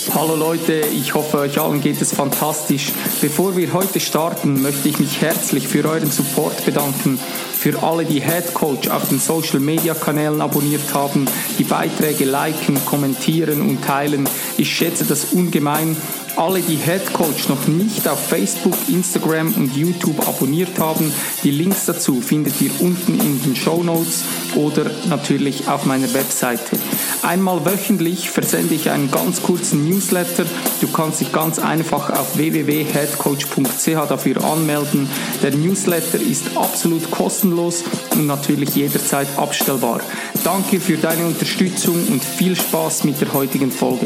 Hallo Leute, ich hoffe euch allen geht es fantastisch. Bevor wir heute starten, möchte ich mich herzlich für euren Support bedanken. Für alle, die Head Coach auf den Social Media Kanälen abonniert haben, die Beiträge liken, kommentieren und teilen. Ich schätze das ungemein. Alle, die Head Coach noch nicht auf Facebook, Instagram und YouTube abonniert haben, die Links dazu findet ihr unten in den Shownotes oder natürlich auf meiner Webseite. Einmal wöchentlich versende ich einen ganz kurzen Newsletter. Du kannst dich ganz einfach auf www.headcoach.ch dafür anmelden. Der Newsletter ist absolut kostenlos und natürlich jederzeit abstellbar. Danke für deine Unterstützung und viel Spaß mit der heutigen Folge.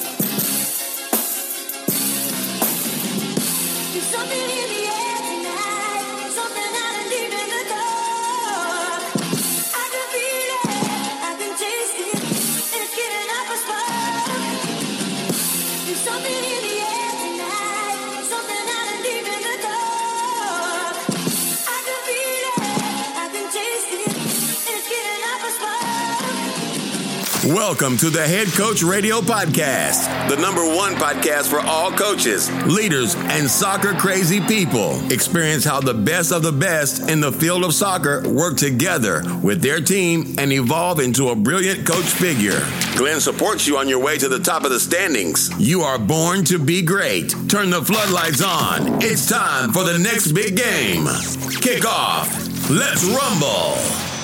Welcome to the Head Coach Radio Podcast, the #1 podcast for all coaches, leaders, and soccer-crazy people. Experience how the best of the best in the field of soccer work together with their team and evolve into a brilliant coach figure. Glenn supports you on your way to the top of the standings. You are born to be great. Turn the floodlights on. It's time for the next big game. Kick off. Let's rumble.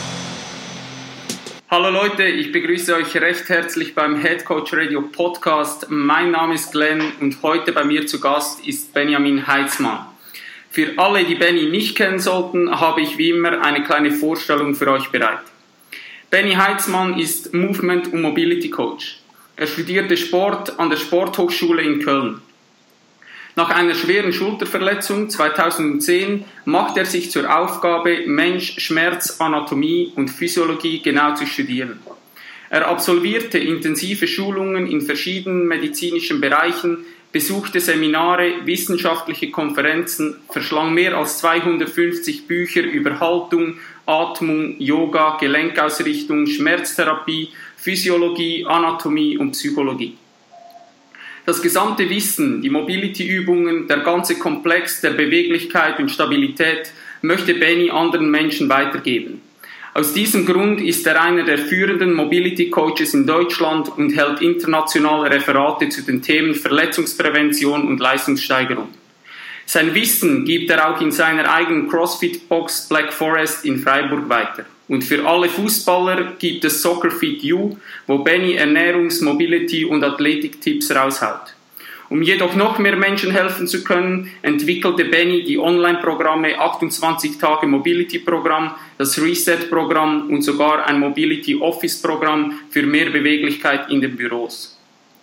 Hallo Leute, ich begrüße euch recht herzlich beim Head Coach Radio Podcast. Mein Name ist Glenn und heute bei mir zu Gast ist Benjamin Heitzmann. Für alle, die Benny nicht kennen sollten, habe ich wie immer eine kleine Vorstellung für euch bereit. Benny Heitzmann ist Movement- und Mobility Coach. Er studierte Sport an der Sporthochschule in Köln. Nach einer schweren Schulterverletzung 2010 macht er sich zur Aufgabe, Mensch, Schmerz, Anatomie und Physiologie genau zu studieren. Er absolvierte intensive Schulungen in verschiedenen medizinischen Bereichen, besuchte Seminare, wissenschaftliche Konferenzen, verschlang mehr als 250 Bücher über Haltung, Atmung, Yoga, Gelenkausrichtung, Schmerztherapie, Physiologie, Anatomie und Psychologie. Das gesamte Wissen, die Mobility-Übungen, der ganze Komplex der Beweglichkeit und Stabilität möchte Benny anderen Menschen weitergeben. Aus diesem Grund ist er einer der führenden Mobility-Coaches in Deutschland und hält internationale Referate zu den Themen Verletzungsprävention und Leistungssteigerung. Sein Wissen gibt er auch in seiner eigenen CrossFit-Box Black Forest in Freiburg weiter. Und für alle Fußballer gibt es Soccer Fit You, wo Benny Ernährungs-, Mobility- und Athletik-Tipps raushaut. Um jedoch noch mehr Menschen helfen zu können, entwickelte Benny die Online-Programme 28 Tage Mobility-Programm, das Reset-Programm und sogar ein Mobility-Office-Programm für mehr Beweglichkeit in den Büros.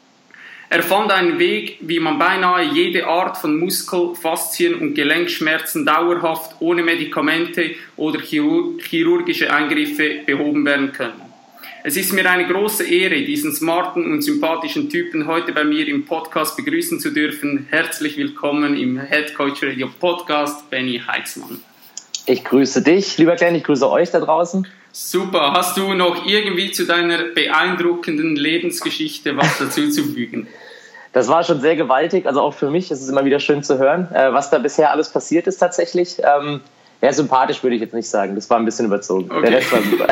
Er fand einen Weg, wie man beinahe jede Art von Muskel-, Faszien- und Gelenkschmerzen dauerhaft ohne Medikamente oder chirurgische Eingriffe behoben werden können. Es ist mir eine große Ehre, diesen smarten und sympathischen Typen heute bei mir im Podcast begrüßen zu dürfen. Herzlich willkommen im Head Coach Radio Podcast, Benny Heitzmann. Ich grüße dich, lieber Glenn, ich grüße euch da draußen. Super, hast du noch irgendwie zu deiner beeindruckenden Lebensgeschichte was dazu zu fügen? Das war schon sehr gewaltig, also auch für mich ist es immer wieder schön zu hören, was da bisher alles passiert ist tatsächlich. Ja, sympathisch würde ich jetzt nicht sagen, das war ein bisschen überzogen. Okay. Der Rest war super.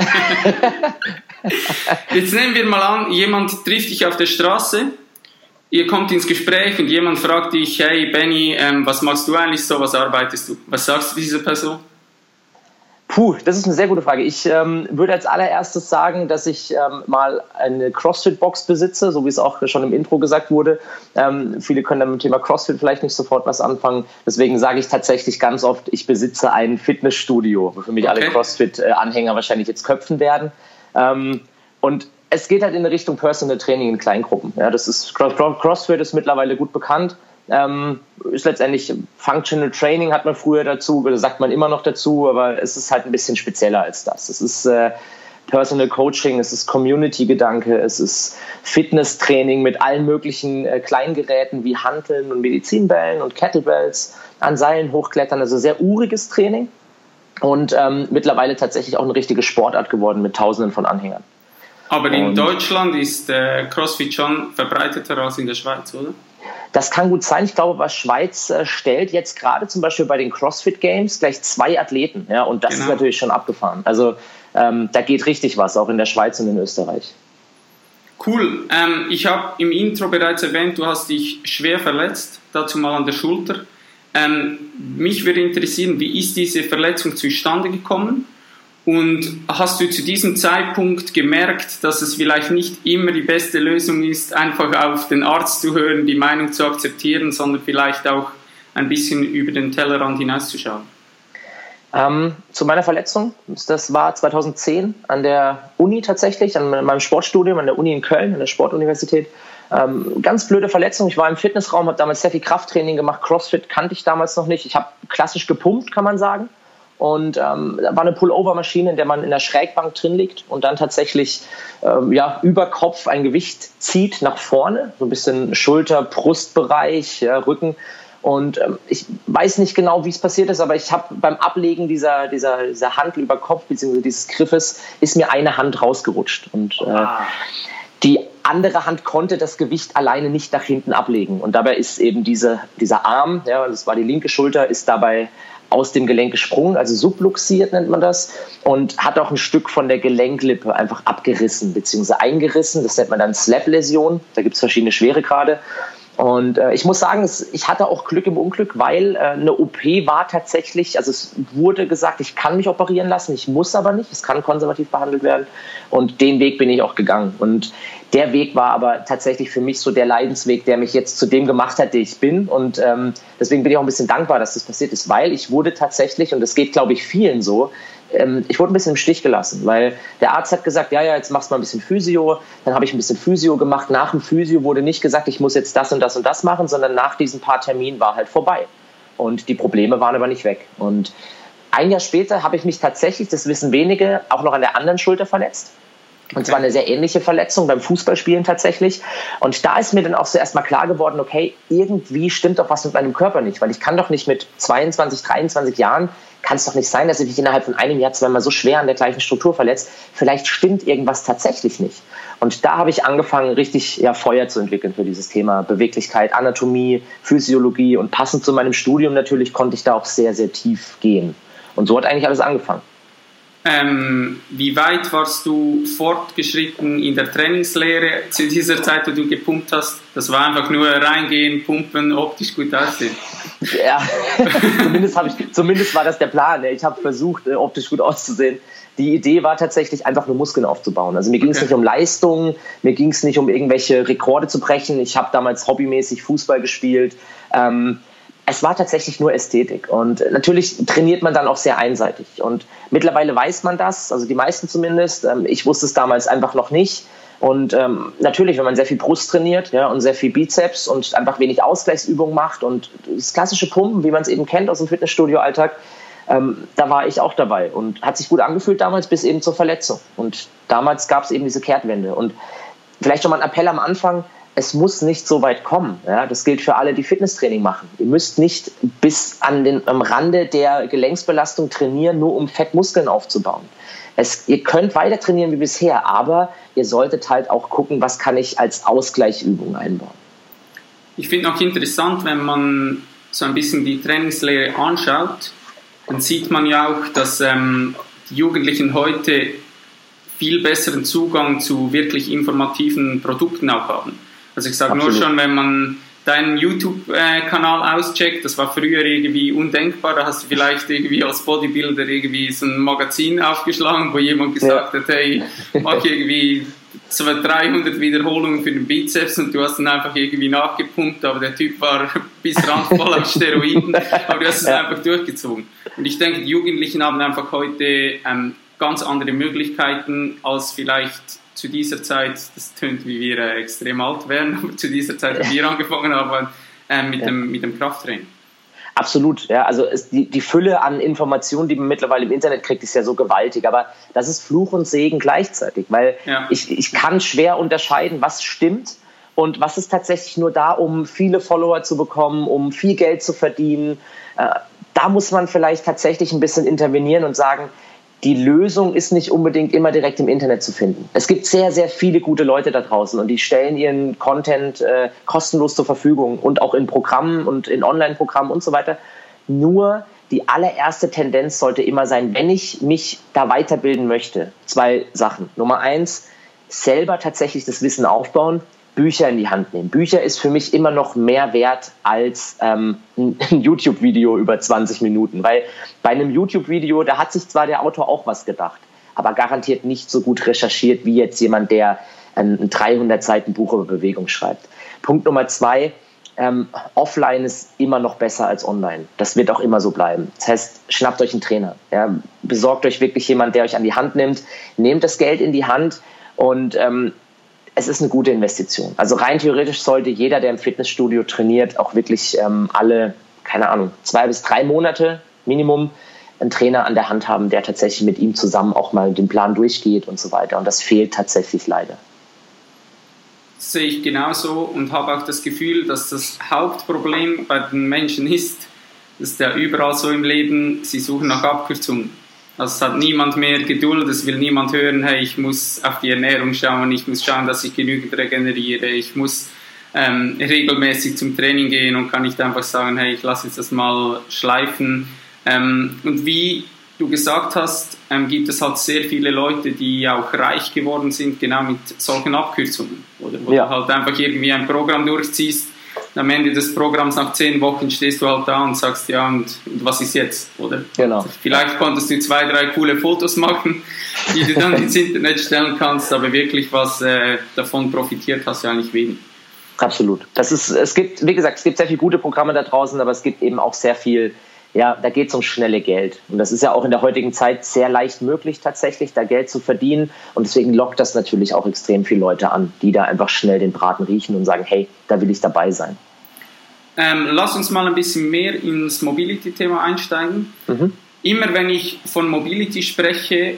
Jetzt nehmen wir mal an, jemand trifft dich auf der Straße, ihr kommt ins Gespräch und jemand fragt dich, hey Benny, was machst du eigentlich so, was arbeitest du? Was sagst du dieser Person? Das ist eine sehr gute Frage. Ich würde als allererstes sagen, dass ich mal eine CrossFit-Box besitze, so wie es auch schon im Intro gesagt wurde. Viele können damit mit dem Thema CrossFit vielleicht nicht sofort was anfangen. Deswegen sage ich tatsächlich ganz oft, ich besitze ein Fitnessstudio, wofür mich alle CrossFit-Anhänger wahrscheinlich jetzt köpfen werden. Und es geht halt in Richtung Personal Training in Kleingruppen. Ja, das ist, CrossFit ist mittlerweile gut bekannt. Ist letztendlich Functional Training, hat man früher dazu, oder sagt man immer noch dazu, aber es ist halt ein bisschen spezieller als das. Es ist Personal Coaching, es ist Community-Gedanke, es ist Fitness-Training mit allen möglichen Kleingeräten wie Hanteln und Medizinbällen und Kettlebells, an Seilen hochklettern, also sehr uriges Training und mittlerweile tatsächlich auch eine richtige Sportart geworden mit Tausenden von Anhängern. Aber in Deutschland ist CrossFit schon verbreiteter als in der Schweiz, oder? Das kann gut sein. Ich glaube, was Schweiz stellt jetzt gerade zum Beispiel bei den CrossFit Games gleich 2 Athleten. Ja, und das ist natürlich schon abgefahren. Also da geht richtig was, auch in der Schweiz und in Österreich. Cool. Ich habe im Intro bereits erwähnt, du hast dich schwer verletzt, dazu mal an der Schulter. Mich würde interessieren, wie ist diese Verletzung zustande gekommen? Und hast du zu diesem Zeitpunkt gemerkt, dass es vielleicht nicht immer die beste Lösung ist, einfach auf den Arzt zu hören, die Meinung zu akzeptieren, sondern vielleicht auch ein bisschen über den Tellerrand hinauszuschauen? Zu meiner Verletzung, das war 2010 an der Uni tatsächlich, an meinem Sportstudium, an der Uni in Köln, an der Sportuniversität. Ganz blöde Verletzung. Ich war im Fitnessraum, habe damals sehr viel Krafttraining gemacht. CrossFit kannte ich damals noch nicht. Ich habe klassisch gepumpt, kann man sagen. Und da war eine Pullover-Maschine, in der man in der Schrägbank drin liegt und dann tatsächlich über Kopf ein Gewicht zieht nach vorne, so ein bisschen Schulter-, Brustbereich, Rücken. Und ich weiß nicht genau, wie es passiert ist, aber ich habe beim Ablegen dieser Hantel über Kopf, beziehungsweise dieses Griffes, ist mir eine Hand rausgerutscht. Und die andere Hand konnte das Gewicht alleine nicht nach hinten ablegen. Und dabei ist eben dieser Arm, ja, das war die linke Schulter, ist dabei aus dem Gelenk gesprungen, also subluxiert nennt man das, und hat auch ein Stück von der Gelenklippe einfach abgerissen bzw. eingerissen. Das nennt man dann Slap-Läsion. Da gibt es verschiedene Schweregrade. Und ich muss sagen, ich hatte auch Glück im Unglück, weil eine OP war tatsächlich, also es wurde gesagt, ich kann mich operieren lassen, ich muss aber nicht, es kann konservativ behandelt werden. Und den Weg bin ich auch gegangen. Und der Weg war aber tatsächlich für mich so der Leidensweg, der mich jetzt zu dem gemacht hat, der ich bin. Und deswegen bin ich auch ein bisschen dankbar, dass das passiert ist, weil ich wurde tatsächlich, und das geht, glaube ich, vielen so, ich wurde ein bisschen im Stich gelassen, weil der Arzt hat gesagt, ja, jetzt machst du mal ein bisschen Physio. Dann habe ich ein bisschen Physio gemacht. Nach dem Physio wurde nicht gesagt, ich muss jetzt das und das und das machen, sondern nach diesen paar Terminen war halt vorbei. Und die Probleme waren aber nicht weg. Und ein Jahr später habe ich mich tatsächlich, das wissen wenige, auch noch an der anderen Schulter verletzt. Und zwar eine sehr ähnliche Verletzung beim Fußballspielen tatsächlich. Und da ist mir dann auch so erstmal klar geworden, okay, irgendwie stimmt doch was mit meinem Körper nicht. Weil ich kann doch nicht mit 22, 23 Jahren, kann es doch nicht sein, dass ich mich innerhalb von einem Jahr zweimal so schwer an der gleichen Struktur verletzt. Vielleicht stimmt irgendwas tatsächlich nicht. Und da habe ich angefangen, richtig Feuer zu entwickeln für dieses Thema Beweglichkeit, Anatomie, Physiologie. Und passend zu meinem Studium natürlich konnte ich da auch sehr, sehr tief gehen. Und so hat eigentlich alles angefangen. Wie weit warst du fortgeschritten in der Trainingslehre zu dieser Zeit, wo du gepumpt hast? Das war einfach nur reingehen, pumpen, optisch gut aussehen. Ja, zumindest war das der Plan. Ich habe versucht, optisch gut auszusehen. Die Idee war tatsächlich, einfach nur Muskeln aufzubauen. Also mir ging es nicht um Leistung, mir ging es nicht um irgendwelche Rekorde zu brechen. Ich habe damals hobbymäßig Fußball gespielt. Es war tatsächlich nur Ästhetik und natürlich trainiert man dann auch sehr einseitig und mittlerweile weiß man das, also die meisten zumindest. Ich wusste es damals einfach noch nicht und natürlich, wenn man sehr viel Brust trainiert und sehr viel Bizeps und einfach wenig Ausgleichsübungen macht und das klassische Pumpen, wie man es eben kennt aus dem Fitnessstudio-Alltag, da war ich auch dabei und hat sich gut angefühlt damals bis eben zur Verletzung und damals gab es eben diese Kehrtwende und vielleicht schon mal ein Appell am Anfang: Es muss nicht so weit kommen. Ja, das gilt für alle, die Fitnesstraining machen. Ihr müsst nicht bis am Rande der Gelenksbelastung trainieren, nur um Fettmuskeln aufzubauen. Ihr könnt weiter trainieren wie bisher, aber ihr solltet halt auch gucken, was kann ich als Ausgleichsübung einbauen. Ich finde auch interessant, wenn man so ein bisschen die Trainingslehre anschaut, dann sieht man ja auch, dass die Jugendlichen heute viel besseren Zugang zu wirklich informativen Produkten auch haben. Also ich sage nur schon, wenn man deinen YouTube-Kanal auscheckt, das war früher irgendwie undenkbar, da hast du vielleicht irgendwie als Bodybuilder irgendwie so ein Magazin aufgeschlagen, wo jemand gesagt hat, hey, mach irgendwie 300 Wiederholungen für den Bizeps und du hast dann einfach irgendwie nachgepumpt, aber der Typ war bis randvoll auf Steroiden, aber du hast es einfach durchgezogen. Und ich denke, die Jugendlichen haben einfach heute ganz andere Möglichkeiten als vielleicht zu dieser Zeit, das tönt wie wir extrem alt wären, aber zu dieser Zeit, wie wir angefangen haben mit dem Krafttraining. Absolut, ja, also die Fülle an Informationen, die man mittlerweile im Internet kriegt, ist ja so gewaltig, aber das ist Fluch und Segen gleichzeitig, weil ich kann schwer unterscheiden, was stimmt und was ist tatsächlich nur da, um viele Follower zu bekommen, um viel Geld zu verdienen. Da muss man vielleicht tatsächlich ein bisschen intervenieren und sagen, die Lösung ist nicht unbedingt immer direkt im Internet zu finden. Es gibt sehr, sehr viele gute Leute da draußen und die stellen ihren Content kostenlos zur Verfügung und auch in Programmen und in Online-Programmen und so weiter. Nur die allererste Tendenz sollte immer sein, wenn ich mich da weiterbilden möchte, 2 Sachen. Nummer 1, selber tatsächlich das Wissen aufbauen, Bücher in die Hand nehmen. Bücher ist für mich immer noch mehr wert als ein YouTube-Video über 20 Minuten, weil bei einem YouTube-Video, da hat sich zwar der Autor auch was gedacht, aber garantiert nicht so gut recherchiert wie jetzt jemand, der ein 300 Seiten Buch über Bewegung schreibt. Punkt Nummer 2, offline ist immer noch besser als online. Das wird auch immer so bleiben. Das heißt, schnappt euch einen Trainer. Ja? Besorgt euch wirklich jemanden, der euch an die Hand nimmt. Nehmt das Geld in die Hand und es ist eine gute Investition. Also rein theoretisch sollte jeder, der im Fitnessstudio trainiert, auch wirklich alle, 2 bis 3 Monate Minimum einen Trainer an der Hand haben, der tatsächlich mit ihm zusammen auch mal den Plan durchgeht und so weiter. Und das fehlt tatsächlich leider. Das sehe ich genauso und habe auch das Gefühl, dass das Hauptproblem bei den Menschen ist, das ist ja überall so im Leben, sie suchen nach Abkürzungen. Also es hat niemand mehr Geduld, es will niemand hören, hey, ich muss auf die Ernährung schauen, ich muss schauen, dass ich genügend regeneriere, ich muss regelmäßig zum Training gehen und kann nicht einfach sagen, hey, ich lasse jetzt das mal schleifen. Und wie du gesagt hast, gibt es halt sehr viele Leute, die auch reich geworden sind, genau mit solchen Abkürzungen. Oder wo du halt einfach irgendwie ein Programm durchziehst, und am Ende des Programms nach 10 Wochen stehst du halt da und sagst, ja, und was ist jetzt, oder? Genau. Vielleicht konntest du 2, 3 coole Fotos machen, die du dann ins Internet stellen kannst, aber wirklich was davon profitiert hast du eigentlich wenig. Absolut. Es gibt sehr viele gute Programme da draußen, aber es gibt eben auch sehr viel, da geht es um schnelle Geld. Und das ist ja auch in der heutigen Zeit sehr leicht möglich, tatsächlich da Geld zu verdienen. Und deswegen lockt das natürlich auch extrem viele Leute an, die da einfach schnell den Braten riechen und sagen, hey, da will ich dabei sein. Lass uns mal ein bisschen mehr ins Mobility-Thema einsteigen. Immer wenn ich von Mobility spreche,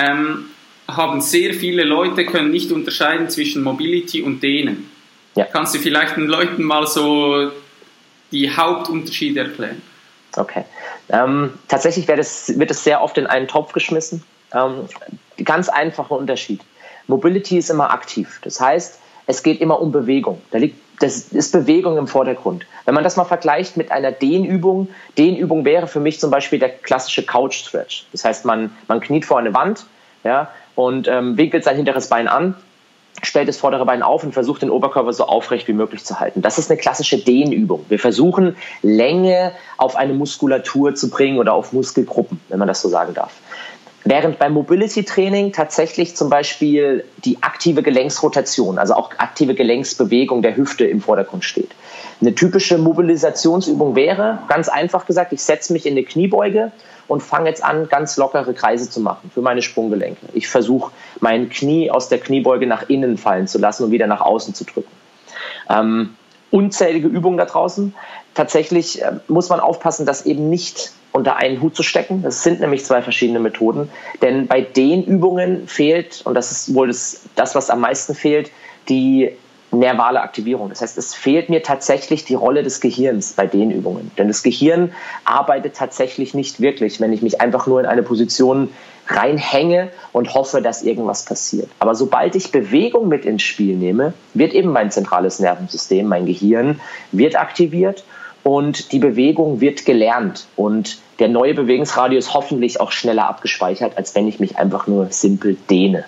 haben sehr viele Leute, können nicht unterscheiden zwischen Mobility und Dehnen. Ja. Kannst du vielleicht den Leuten mal so die Hauptunterschiede erklären? Okay. Tatsächlich wird es sehr oft in einen Topf geschmissen. Ganz einfacher Unterschied. Mobility ist immer aktiv. Das heißt, es geht immer um Bewegung. Das ist Bewegung im Vordergrund. Wenn man das mal vergleicht mit einer Dehnübung wäre für mich zum Beispiel der klassische Couch-Stretch. Das heißt, man kniet vor eine Wand, und winkelt sein hinteres Bein an, stellt das vordere Bein auf und versucht, den Oberkörper so aufrecht wie möglich zu halten. Das ist eine klassische Dehnübung. Wir versuchen, Länge auf eine Muskulatur zu bringen oder auf Muskelgruppen, wenn man das so sagen darf. Während beim Mobility-Training tatsächlich zum Beispiel die aktive Gelenksrotation, also auch aktive Gelenksbewegung der Hüfte im Vordergrund steht. Eine typische Mobilisationsübung wäre, ganz einfach gesagt, ich setze mich in eine Kniebeuge und fange jetzt an, ganz lockere Kreise zu machen für meine Sprunggelenke. Ich versuche, mein Knie aus der Kniebeuge nach innen fallen zu lassen und wieder nach außen zu drücken. Unzählige Übungen da draußen. Tatsächlich muss man aufpassen, das eben nicht unter einen Hut zu stecken. Das sind nämlich 2 verschiedene Methoden. Denn bei den Übungen fehlt, und das ist wohl das, was am meisten fehlt, die nervale Aktivierung. Das heißt, es fehlt mir tatsächlich die Rolle des Gehirns bei den Übungen. Denn das Gehirn arbeitet tatsächlich nicht wirklich, wenn ich mich einfach nur in eine Position reinhänge und hoffe, dass irgendwas passiert. Aber sobald ich Bewegung mit ins Spiel nehme, wird eben mein zentrales Nervensystem, mein Gehirn, wird aktiviert und die Bewegung wird gelernt. Und der neue Bewegungsradius hoffentlich auch schneller abgespeichert, als wenn ich mich einfach nur simpel dehne.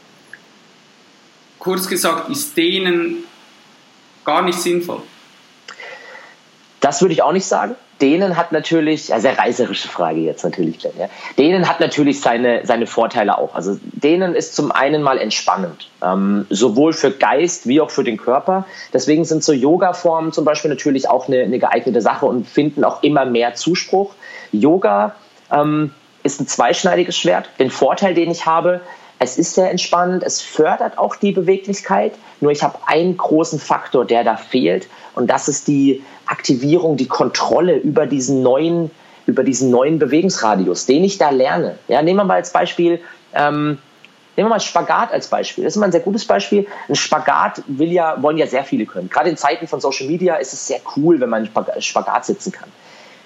Kurz gesagt, ist Dehnen gar nicht sinnvoll? Das würde ich auch nicht sagen. Dehnen hat natürlich, sehr reißerische Frage jetzt natürlich, Glenn, ja. Dehnen hat natürlich seine Vorteile auch. Also Dehnen ist zum einen mal entspannend, sowohl für Geist wie auch für den Körper. Deswegen sind so Yoga-Formen zum Beispiel natürlich auch eine geeignete Sache und finden auch immer mehr Zuspruch. Yoga ist ein zweischneidiges Schwert. Den Vorteil, den ich habe, es ist sehr entspannend, es fördert auch die Beweglichkeit, nur ich habe einen großen Faktor, der da fehlt, und das ist die Aktivierung, die Kontrolle über diesen neuen Bewegungsradius, den ich da lerne. Ja, nehmen wir mal als Beispiel, nehmen wir mal Spagat als Beispiel. Das ist mal ein sehr gutes Beispiel. Ein Spagat wollen ja sehr viele können. Gerade in Zeiten von Social Media ist es sehr cool, wenn man Spagat sitzen kann.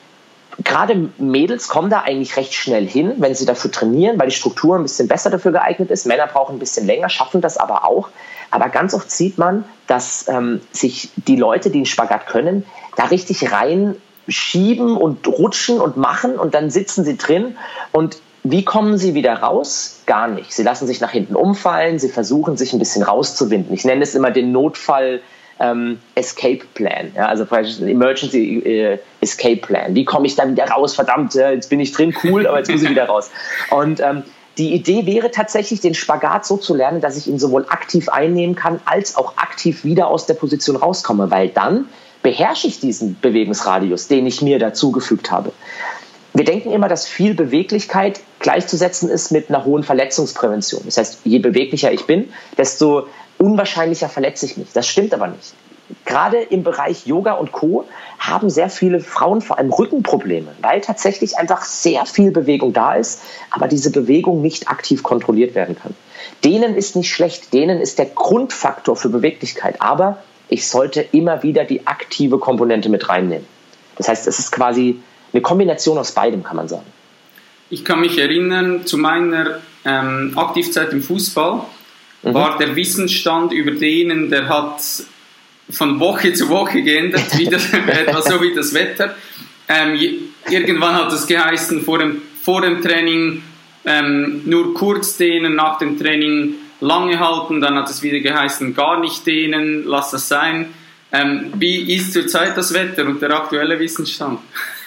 Gerade Mädels kommen da eigentlich recht schnell hin, wenn sie dafür trainieren, weil die Struktur ein bisschen besser dafür geeignet ist. Männer brauchen ein bisschen länger, schaffen das aber auch. Aber ganz oft sieht man, dass sich die Leute, die einen Spagat können, da richtig reinschieben und rutschen und machen und dann sitzen sie drin. Und wie kommen sie wieder raus? Gar nicht. Sie lassen sich nach hinten umfallen, sie versuchen sich ein bisschen rauszuwinden. Ich nenne es immer den Notfall Escape Plan, ja, also praktisch Emergency Escape Plan. Wie komme ich da wieder raus? Verdammt, jetzt bin ich drin, cool, aber jetzt muss ich wieder raus. Und die Idee wäre tatsächlich, den Spagat so zu lernen, dass ich ihn sowohl aktiv einnehmen kann, als auch aktiv wieder aus der Position rauskomme, weil dann beherrsche ich diesen Bewegungsradius, den ich mir dazugefügt habe. Wir denken immer, dass viel Beweglichkeit gleichzusetzen ist mit einer hohen Verletzungsprävention. Das heißt, je beweglicher ich bin, desto unwahrscheinlicher verletze ich mich. Das stimmt aber nicht. Gerade im Bereich Yoga und Co. haben sehr viele Frauen vor allem Rückenprobleme, weil tatsächlich einfach sehr viel Bewegung da ist, aber diese Bewegung nicht aktiv kontrolliert werden kann. Dehnen ist nicht schlecht, Dehnen ist der Grundfaktor für Beweglichkeit, aber ich sollte immer wieder die aktive Komponente mit reinnehmen. Das heißt, es ist quasi eine Kombination aus beidem, kann man sagen. Ich kann mich erinnern, zu meiner Aktivzeit im Fußball war der Wissensstand über Dehnen, der hat von Woche zu Woche geändert, etwa so wie das Wetter. Irgendwann hat es geheißen, vor dem Training nur kurz dehnen, nach dem Training lange halten, dann hat es wieder geheißen, gar nicht dehnen, lass das sein. Wie ist zurzeit das Wetter und der aktuelle Wissensstand?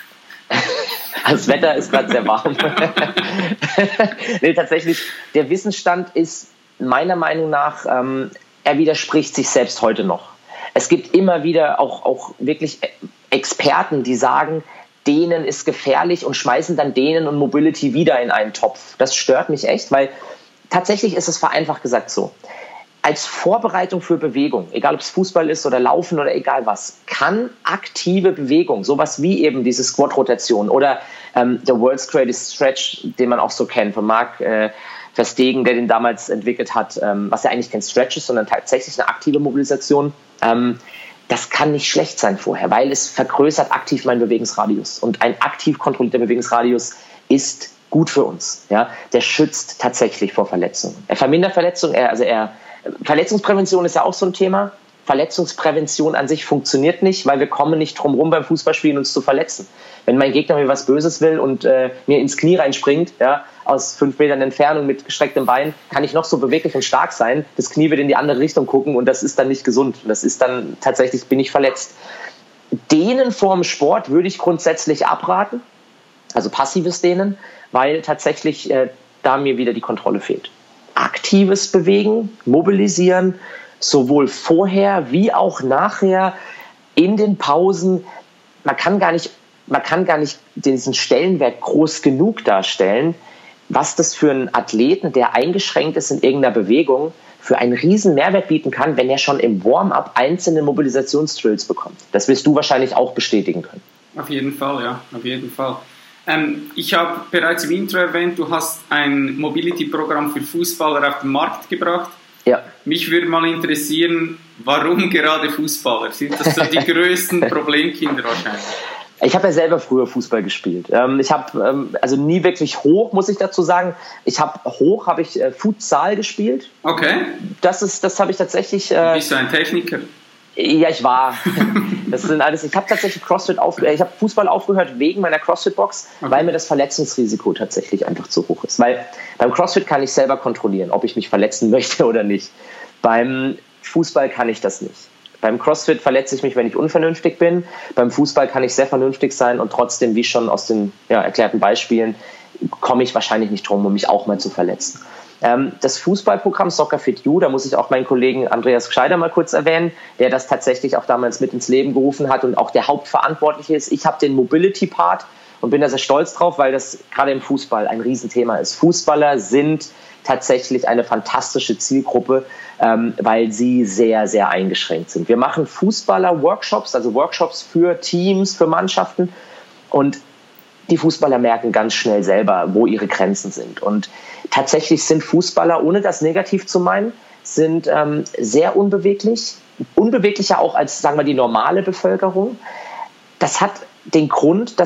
Das Wetter ist gerade sehr warm. Nee, tatsächlich, der Wissensstand ist meiner Meinung nach, er widerspricht sich selbst heute noch. Es gibt immer wieder auch wirklich Experten, die sagen, Dehnen ist gefährlich und schmeißen dann Dehnen und Mobility wieder in einen Topf. Das stört mich echt, weil tatsächlich ist es vereinfacht gesagt so. Als Vorbereitung für Bewegung, egal ob es Fußball ist oder Laufen oder egal was, kann aktive Bewegung, sowas wie eben diese Squat-Rotation oder der World's Greatest Stretch, den man auch so kennt, von Mark Verstegen, der den damals entwickelt hat, was ja eigentlich kein Stretch ist, sondern tatsächlich eine aktive Mobilisation, das kann nicht schlecht sein vorher, weil es vergrößert aktiv meinen Bewegungsradius. Und ein aktiv kontrollierter Bewegungsradius ist gut für uns. Ja? Der schützt tatsächlich vor Verletzungen. Er vermindert Verletzungen, Verletzungsprävention ist ja auch so ein Thema. Verletzungsprävention an sich funktioniert nicht, weil wir kommen nicht drum rum beim Fußballspielen uns zu verletzen. Wenn mein Gegner mir was Böses will und mir ins Knie reinspringt, ja, aus 5 Metern Entfernung mit gestrecktem Bein, kann ich noch so beweglich und stark sein. Das Knie wird in die andere Richtung gucken und das ist dann nicht gesund. Das ist dann tatsächlich, bin ich verletzt. Dehnen vorm Sport würde ich grundsätzlich abraten, also passives Dehnen, weil tatsächlich da mir wieder die Kontrolle fehlt. Aktives Bewegen, Mobilisieren, sowohl vorher wie auch nachher in den Pausen. Man kann gar nicht diesen Stellenwert groß genug darstellen, was das für einen Athleten, der eingeschränkt ist in irgendeiner Bewegung, für einen riesen Mehrwert bieten kann, wenn er schon im Warm-up einzelne Mobilisationsdrills bekommt. Das wirst du wahrscheinlich auch bestätigen können. Auf jeden Fall, ja, auf jeden Fall. Ich habe bereits im Intro erwähnt, du hast ein Mobility-Programm für Fußballer auf den Markt gebracht. Ja. Mich würde mal interessieren, warum gerade Fußballer? Sind das so die größten Problemkinder wahrscheinlich? Ich habe ja selber früher Fußball gespielt. Ich habe also nie wirklich hoch, muss ich dazu sagen. Habe ich Futsal gespielt. Okay. Das habe ich tatsächlich. Bist du ein Techniker? Ja, ich war. Das sind alles. Ich habe tatsächlich ich habe Fußball aufgehört wegen meiner CrossFit-Box, okay, weil mir das Verletzungsrisiko tatsächlich einfach zu hoch ist. Weil beim CrossFit kann ich selber kontrollieren, ob ich mich verletzen möchte oder nicht. Beim Fußball kann ich das nicht. Beim CrossFit verletze ich mich, wenn ich unvernünftig bin. Beim Fußball kann ich sehr vernünftig sein und trotzdem, wie schon aus den erklärten Beispielen, komme ich wahrscheinlich nicht drum, um mich auch mal zu verletzen. Das Fußballprogramm Soccer Fit You, da muss ich auch meinen Kollegen Andreas Gscheider mal kurz erwähnen, der das tatsächlich auch damals mit ins Leben gerufen hat und auch der Hauptverantwortliche ist. Ich habe den Mobility-Part und bin da sehr stolz drauf, weil das gerade im Fußball ein Riesenthema ist. Fußballer sind tatsächlich eine fantastische Zielgruppe, weil sie sehr, sehr eingeschränkt sind. Wir machen Fußballer-Workshops, also Workshops für Teams, für Mannschaften, und die Fußballer merken ganz schnell selber, wo ihre Grenzen sind. Und tatsächlich sind Fußballer, ohne das negativ zu meinen, sind sehr unbeweglich, unbeweglicher auch als, sagen wir, die normale Bevölkerung. Das hat den Grund, dass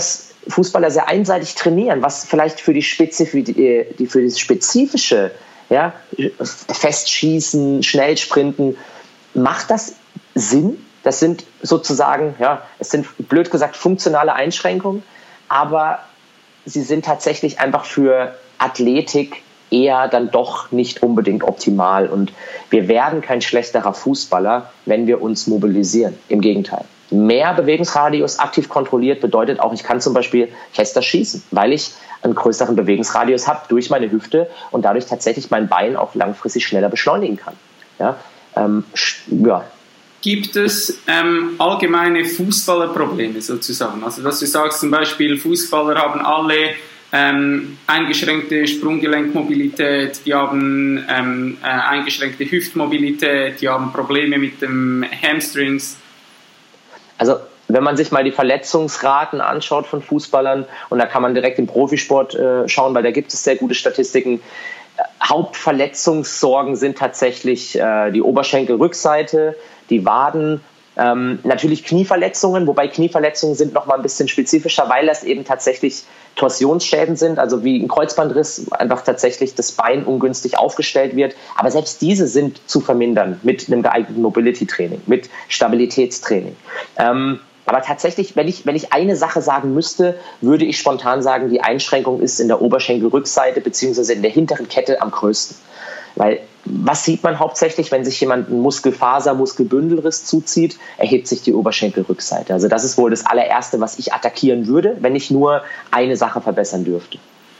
Fußballer sehr einseitig trainieren, was vielleicht für für das Spezifische, ja, Festschießen, Schnellsprinten, macht das Sinn? Das sind sozusagen, ja, es sind blöd gesagt funktionale Einschränkungen, aber sie sind tatsächlich einfach für Athletik eher dann doch nicht unbedingt optimal. Und wir werden kein schlechterer Fußballer, wenn wir uns mobilisieren. Im Gegenteil. Mehr Bewegungsradius aktiv kontrolliert bedeutet auch, ich kann zum Beispiel fester schießen, weil ich einen größeren Bewegungsradius habe durch meine Hüfte und dadurch tatsächlich mein Bein auch langfristig schneller beschleunigen kann. Ja, ja. Gibt es allgemeine Fußballerprobleme sozusagen? Also dass du sagst zum Beispiel, Fußballer haben alle eingeschränkte Sprunggelenkmobilität, die haben eingeschränkte Hüftmobilität, die haben Probleme mit dem Hamstrings. Also wenn man sich mal die Verletzungsraten anschaut von Fußballern, und da kann man direkt im Profisport schauen, weil da gibt es sehr gute Statistiken, Hauptverletzungssorgen sind tatsächlich die Oberschenkelrückseite, die Waden, natürlich Knieverletzungen, wobei Knieverletzungen sind noch mal ein bisschen spezifischer, weil das eben tatsächlich Torsionsschäden sind, also wie ein Kreuzbandriss, einfach tatsächlich das Bein ungünstig aufgestellt wird. Aber selbst diese sind zu vermindern mit einem geeigneten Mobility-Training, mit Stabilitätstraining. Aber tatsächlich, wenn ich eine Sache sagen müsste, würde ich spontan sagen, die Einschränkung ist in der Oberschenkelrückseite bzw. in der hinteren Kette am größten. Weil was sieht man hauptsächlich, wenn sich jemand einen Muskelbündelriss zuzieht, erhebt sich die Oberschenkelrückseite. Also das ist wohl das allererste, was ich attackieren würde, wenn ich nur eine Sache verbessern dürfte.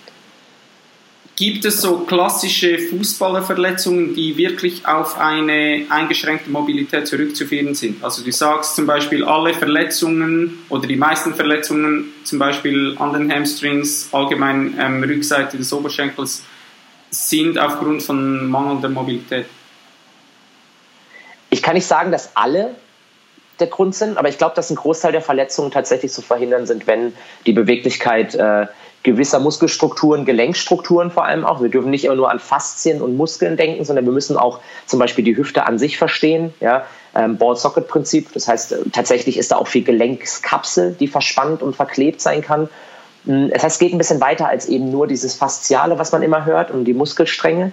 Gibt es so klassische Fußballerverletzungen, die wirklich auf eine eingeschränkte Mobilität zurückzuführen sind? Also du sagst zum Beispiel, alle Verletzungen oder die meisten Verletzungen, zum Beispiel an den Hamstrings, allgemein Rückseite des Oberschenkels, sind aufgrund von mangelnder Mobilität. Ich kann nicht sagen, dass alle der Grund sind, aber ich glaube, dass ein Großteil der Verletzungen tatsächlich zu verhindern sind, wenn die Beweglichkeit gewisser Muskelstrukturen, Gelenkstrukturen vor allem auch. Wir dürfen nicht immer nur an Faszien und Muskeln denken, sondern wir müssen auch zum Beispiel die Hüfte an sich verstehen. Ja? Ball-Socket-Prinzip, das heißt, tatsächlich ist da auch viel Gelenkskapsel, die verspannt und verklebt sein kann. Das heißt, es geht ein bisschen weiter als eben nur dieses Fasziale, was man immer hört, und die Muskelstränge.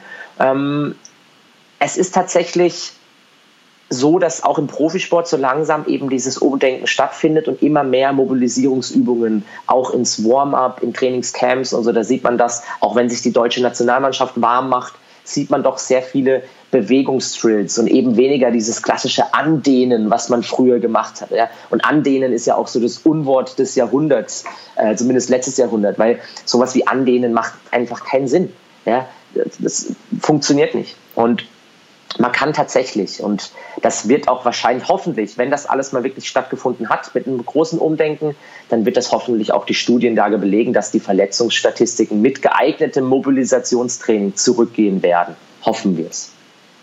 Es ist tatsächlich so, dass auch im Profisport so langsam eben dieses Umdenken stattfindet und immer mehr Mobilisierungsübungen auch ins Warm-up, in Trainingscamps und so, da sieht man das, auch wenn sich die deutsche Nationalmannschaft warm macht, sieht man doch sehr viele Bewegungsdrills und eben weniger dieses klassische Andehnen, was man früher gemacht hat. Ja? Und Andehnen ist ja auch so das Unwort des Jahrhunderts, zumindest letztes Jahrhundert, weil sowas wie Andehnen macht einfach keinen Sinn. Ja? Das funktioniert nicht. Und man kann tatsächlich, und das wird auch wahrscheinlich, hoffentlich, wenn das alles mal wirklich stattgefunden hat, mit einem großen Umdenken, dann wird das hoffentlich auch die Studienlage belegen, dass die Verletzungsstatistiken mit geeignetem Mobilisationstraining zurückgehen werden. Hoffen wir es.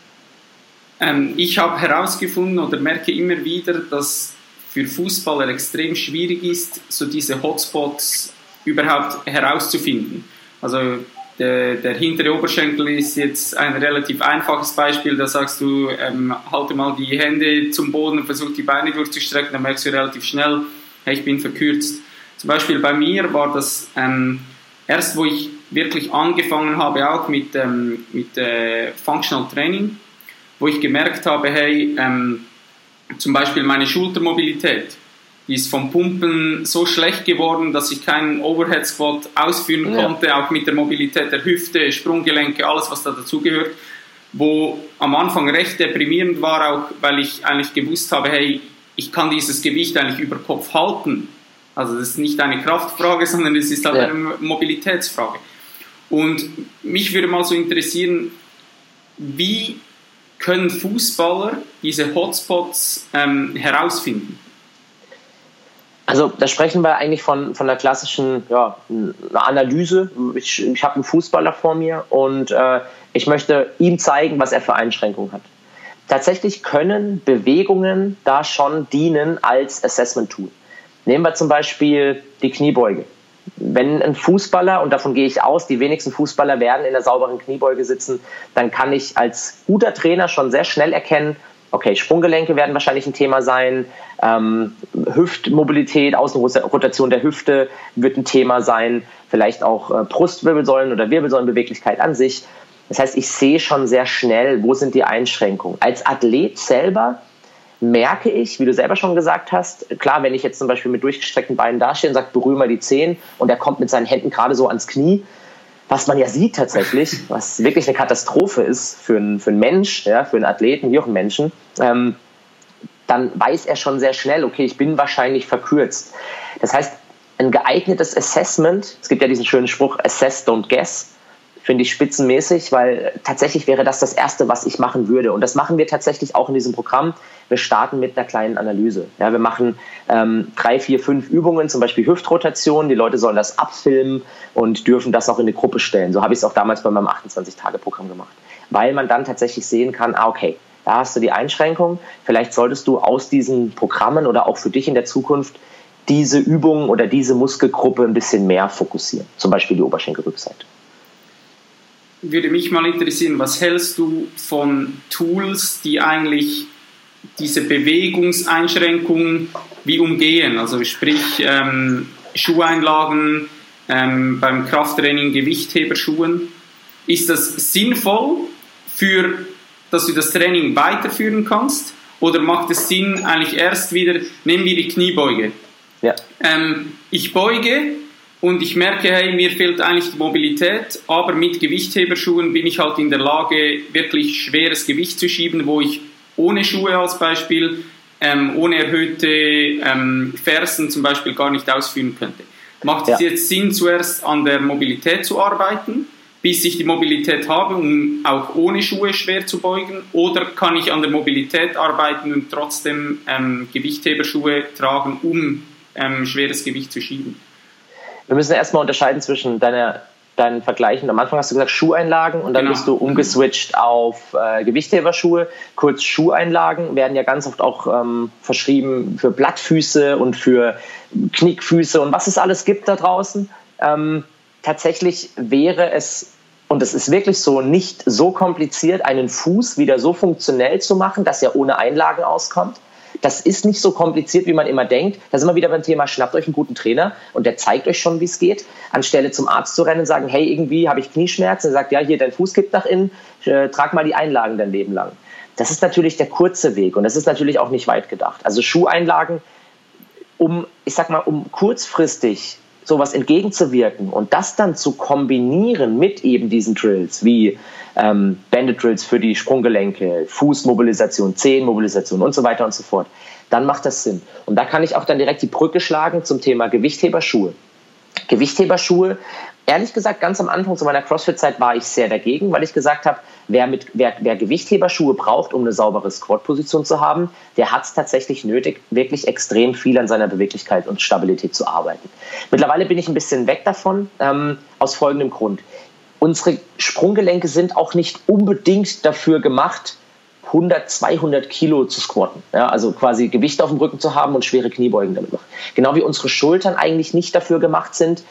Ich habe herausgefunden oder merke immer wieder, dass für Fußballer extrem schwierig ist, so diese Hotspots überhaupt herauszufinden. Also der hintere Oberschenkel ist jetzt ein relativ einfaches Beispiel. Da sagst du, halte mal die Hände zum Boden und versuch die Beine durchzustrecken. Dann merkst du relativ schnell, hey, ich bin verkürzt. Zum Beispiel bei mir war das erst, wo ich wirklich angefangen habe, auch mit Functional Training, wo ich gemerkt habe, hey, zum Beispiel meine Schultermobilität, die ist vom Pumpen so schlecht geworden, dass ich keinen Overhead Squat ausführen konnte, auch mit der Mobilität der Hüfte, Sprunggelenke, alles was da dazugehört, wo am Anfang recht deprimierend war, auch weil ich eigentlich gewusst habe, hey, ich kann dieses Gewicht eigentlich über Kopf halten. Also das ist nicht eine Kraftfrage, sondern es ist halt eine Mobilitätsfrage. Und mich würde mal so interessieren, wie können Fußballer diese Hotspots herausfinden? Also da sprechen wir eigentlich von der klassischen einer Analyse. Ich habe einen Fußballer vor mir und ich möchte ihm zeigen, was er für Einschränkungen hat. Tatsächlich können Bewegungen da schon dienen als Assessment-Tool. Nehmen wir zum Beispiel die Kniebeuge. Wenn ein Fußballer, und davon gehe ich aus, die wenigsten Fußballer werden in der sauberen Kniebeuge sitzen, dann kann ich als guter Trainer schon sehr schnell erkennen, okay, Sprunggelenke werden wahrscheinlich ein Thema sein, Hüftmobilität, Außenrotation der Hüfte wird ein Thema sein, vielleicht auch Brustwirbelsäulen oder Wirbelsäulenbeweglichkeit an sich. Das heißt, ich sehe schon sehr schnell, wo sind die Einschränkungen. Als Athlet selber merke ich, wie du selber schon gesagt hast, klar, wenn ich jetzt zum Beispiel mit durchgestreckten Beinen dastehe und sage, berühre mal die Zehen und er kommt mit seinen Händen gerade so ans Knie, was man ja sieht tatsächlich, was wirklich eine Katastrophe ist für einen Mensch, ja, für einen Athleten, wie auch einen Menschen, dann weiß er schon sehr schnell, okay, ich bin wahrscheinlich verkürzt. Das heißt, ein geeignetes Assessment, es gibt ja diesen schönen Spruch, assess, don't guess, finde ich spitzenmäßig, weil tatsächlich wäre das Erste, was ich machen würde. Und das machen wir tatsächlich auch in diesem Programm. Wir starten mit einer kleinen Analyse. Ja, wir machen 3, 4, 5 Übungen, zum Beispiel Hüftrotation. Die Leute sollen das abfilmen und dürfen das auch in eine Gruppe stellen. So habe ich es auch damals bei meinem 28-Tage-Programm gemacht. Weil man dann tatsächlich sehen kann, okay, da hast du die Einschränkung. Vielleicht solltest du aus diesen Programmen oder auch für dich in der Zukunft diese Übungen oder diese Muskelgruppe ein bisschen mehr fokussieren. Zum Beispiel die Oberschenkelrückseite. Würde mich mal interessieren, was hältst du von Tools, die eigentlich diese Bewegungseinschränkungen wie umgehen? Also sprich Schuheinlagen, beim Krafttraining Gewichtheberschuhen. Ist das sinnvoll, dass du das Training weiterführen kannst? Oder macht es Sinn, eigentlich erst wieder, nehmen wir die Kniebeuge. Ja. Ich beuge und ich merke, hey, mir fehlt eigentlich die Mobilität, aber mit Gewichtheberschuhen bin ich halt in der Lage, wirklich schweres Gewicht zu schieben, wo ich ohne Schuhe als Beispiel, ohne erhöhte Fersen zum Beispiel gar nicht ausführen könnte. Macht es jetzt Sinn, zuerst an der Mobilität zu arbeiten, bis ich die Mobilität habe, um auch ohne Schuhe schwer zu beugen? Oder kann ich an der Mobilität arbeiten und trotzdem Gewichtheberschuhe tragen, um schweres Gewicht zu schieben? Wir müssen erstmal unterscheiden zwischen deinen Vergleichen. Am Anfang hast du gesagt Schuheinlagen und dann bist du umgeswitcht auf Gewichtheberschuhe. Kurz, Schuheinlagen werden ja ganz oft auch verschrieben für Blattfüße und für Knickfüße und was es alles gibt da draußen. Tatsächlich wäre es, und es ist wirklich so, nicht so kompliziert, einen Fuß wieder so funktionell zu machen, dass er ohne Einlagen auskommt. Das ist nicht so kompliziert, wie man immer denkt. Da sind wir wieder beim Thema, schnappt euch einen guten Trainer und der zeigt euch schon, wie es geht. Anstelle zum Arzt zu rennen und sagen, hey, irgendwie habe ich Knieschmerzen. Er sagt, ja, hier, dein Fuß kippt nach innen, trag mal die Einlagen dein Leben lang. Das ist natürlich der kurze Weg und das ist natürlich auch nicht weit gedacht. Also Schuheinlagen, um kurzfristig sowas entgegenzuwirken und das dann zu kombinieren mit eben diesen Drills wie Banded Drills für die Sprunggelenke, Fußmobilisation, Zehenmobilisation und so weiter und so fort, dann macht das Sinn. Und da kann ich auch dann direkt die Brücke schlagen zum Thema Gewichtheberschuhe. Gewichtheberschuhe, ehrlich gesagt, ganz am Anfang zu meiner CrossFit-Zeit war ich sehr dagegen, weil ich gesagt habe, wer Gewichtheberschuhe braucht, um eine saubere Squat-Position zu haben, der hat es tatsächlich nötig, wirklich extrem viel an seiner Beweglichkeit und Stabilität zu arbeiten. Mittlerweile bin ich ein bisschen weg davon, aus folgendem Grund. Unsere Sprunggelenke sind auch nicht unbedingt dafür gemacht, 100, 200 Kilo zu squatten. Ja, also quasi Gewicht auf dem Rücken zu haben und schwere Kniebeugen damit machen. Genau wie unsere Schultern eigentlich nicht dafür gemacht sind,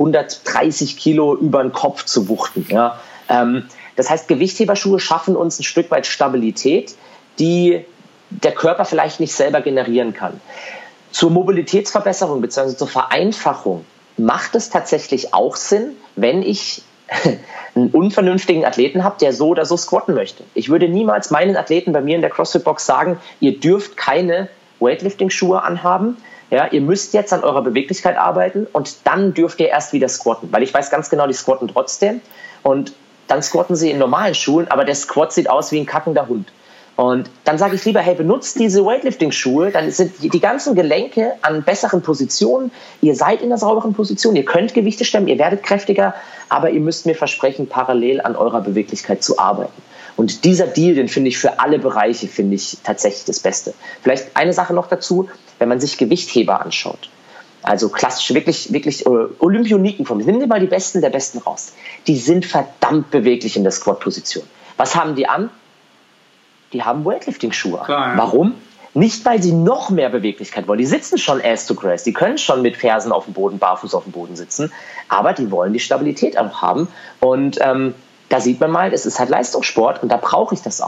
130 Kilo über den Kopf zu wuchten. Ja. Das heißt, Gewichtheberschuhe schaffen uns ein Stück weit Stabilität, die der Körper vielleicht nicht selber generieren kann. Zur Mobilitätsverbesserung bzw. zur Vereinfachung macht es tatsächlich auch Sinn, wenn ich einen unvernünftigen Athleten habe, der so oder so squatten möchte. Ich würde niemals meinen Athleten bei mir in der CrossFit-Box sagen, ihr dürft keine Weightlifting-Schuhe anhaben, ja, ihr müsst jetzt an eurer Beweglichkeit arbeiten und dann dürft ihr erst wieder squatten, weil ich weiß ganz genau, die squatten trotzdem und dann squatten sie in normalen Schuhen, aber der Squat sieht aus wie ein kackender Hund. Und dann sage ich lieber, hey, benutzt diese Weightlifting-Schuhe, dann sind die ganzen Gelenke an besseren Positionen, ihr seid in einer sauberen Position, ihr könnt Gewichte stemmen, ihr werdet kräftiger, aber ihr müsst mir versprechen, parallel an eurer Beweglichkeit zu arbeiten. Und dieser Deal, den finde ich für alle Bereiche, finde ich tatsächlich das Beste. Vielleicht eine Sache noch dazu, wenn man sich Gewichtheber anschaut. Also klassisch, wirklich Olympioniken von mir. Nimm dir mal die Besten der Besten raus. Die sind verdammt beweglich in der Squat-Position. Was haben die an? Die haben Weightlifting-Schuhe an. Klar, ja. Warum? Nicht, weil sie noch mehr Beweglichkeit wollen. Die sitzen schon ass to grass. Die können schon mit Fersen auf dem Boden, barfuß auf dem Boden sitzen. Aber die wollen die Stabilität auch haben. Und da sieht man mal, es ist halt Leistungssport und da brauche ich das auch.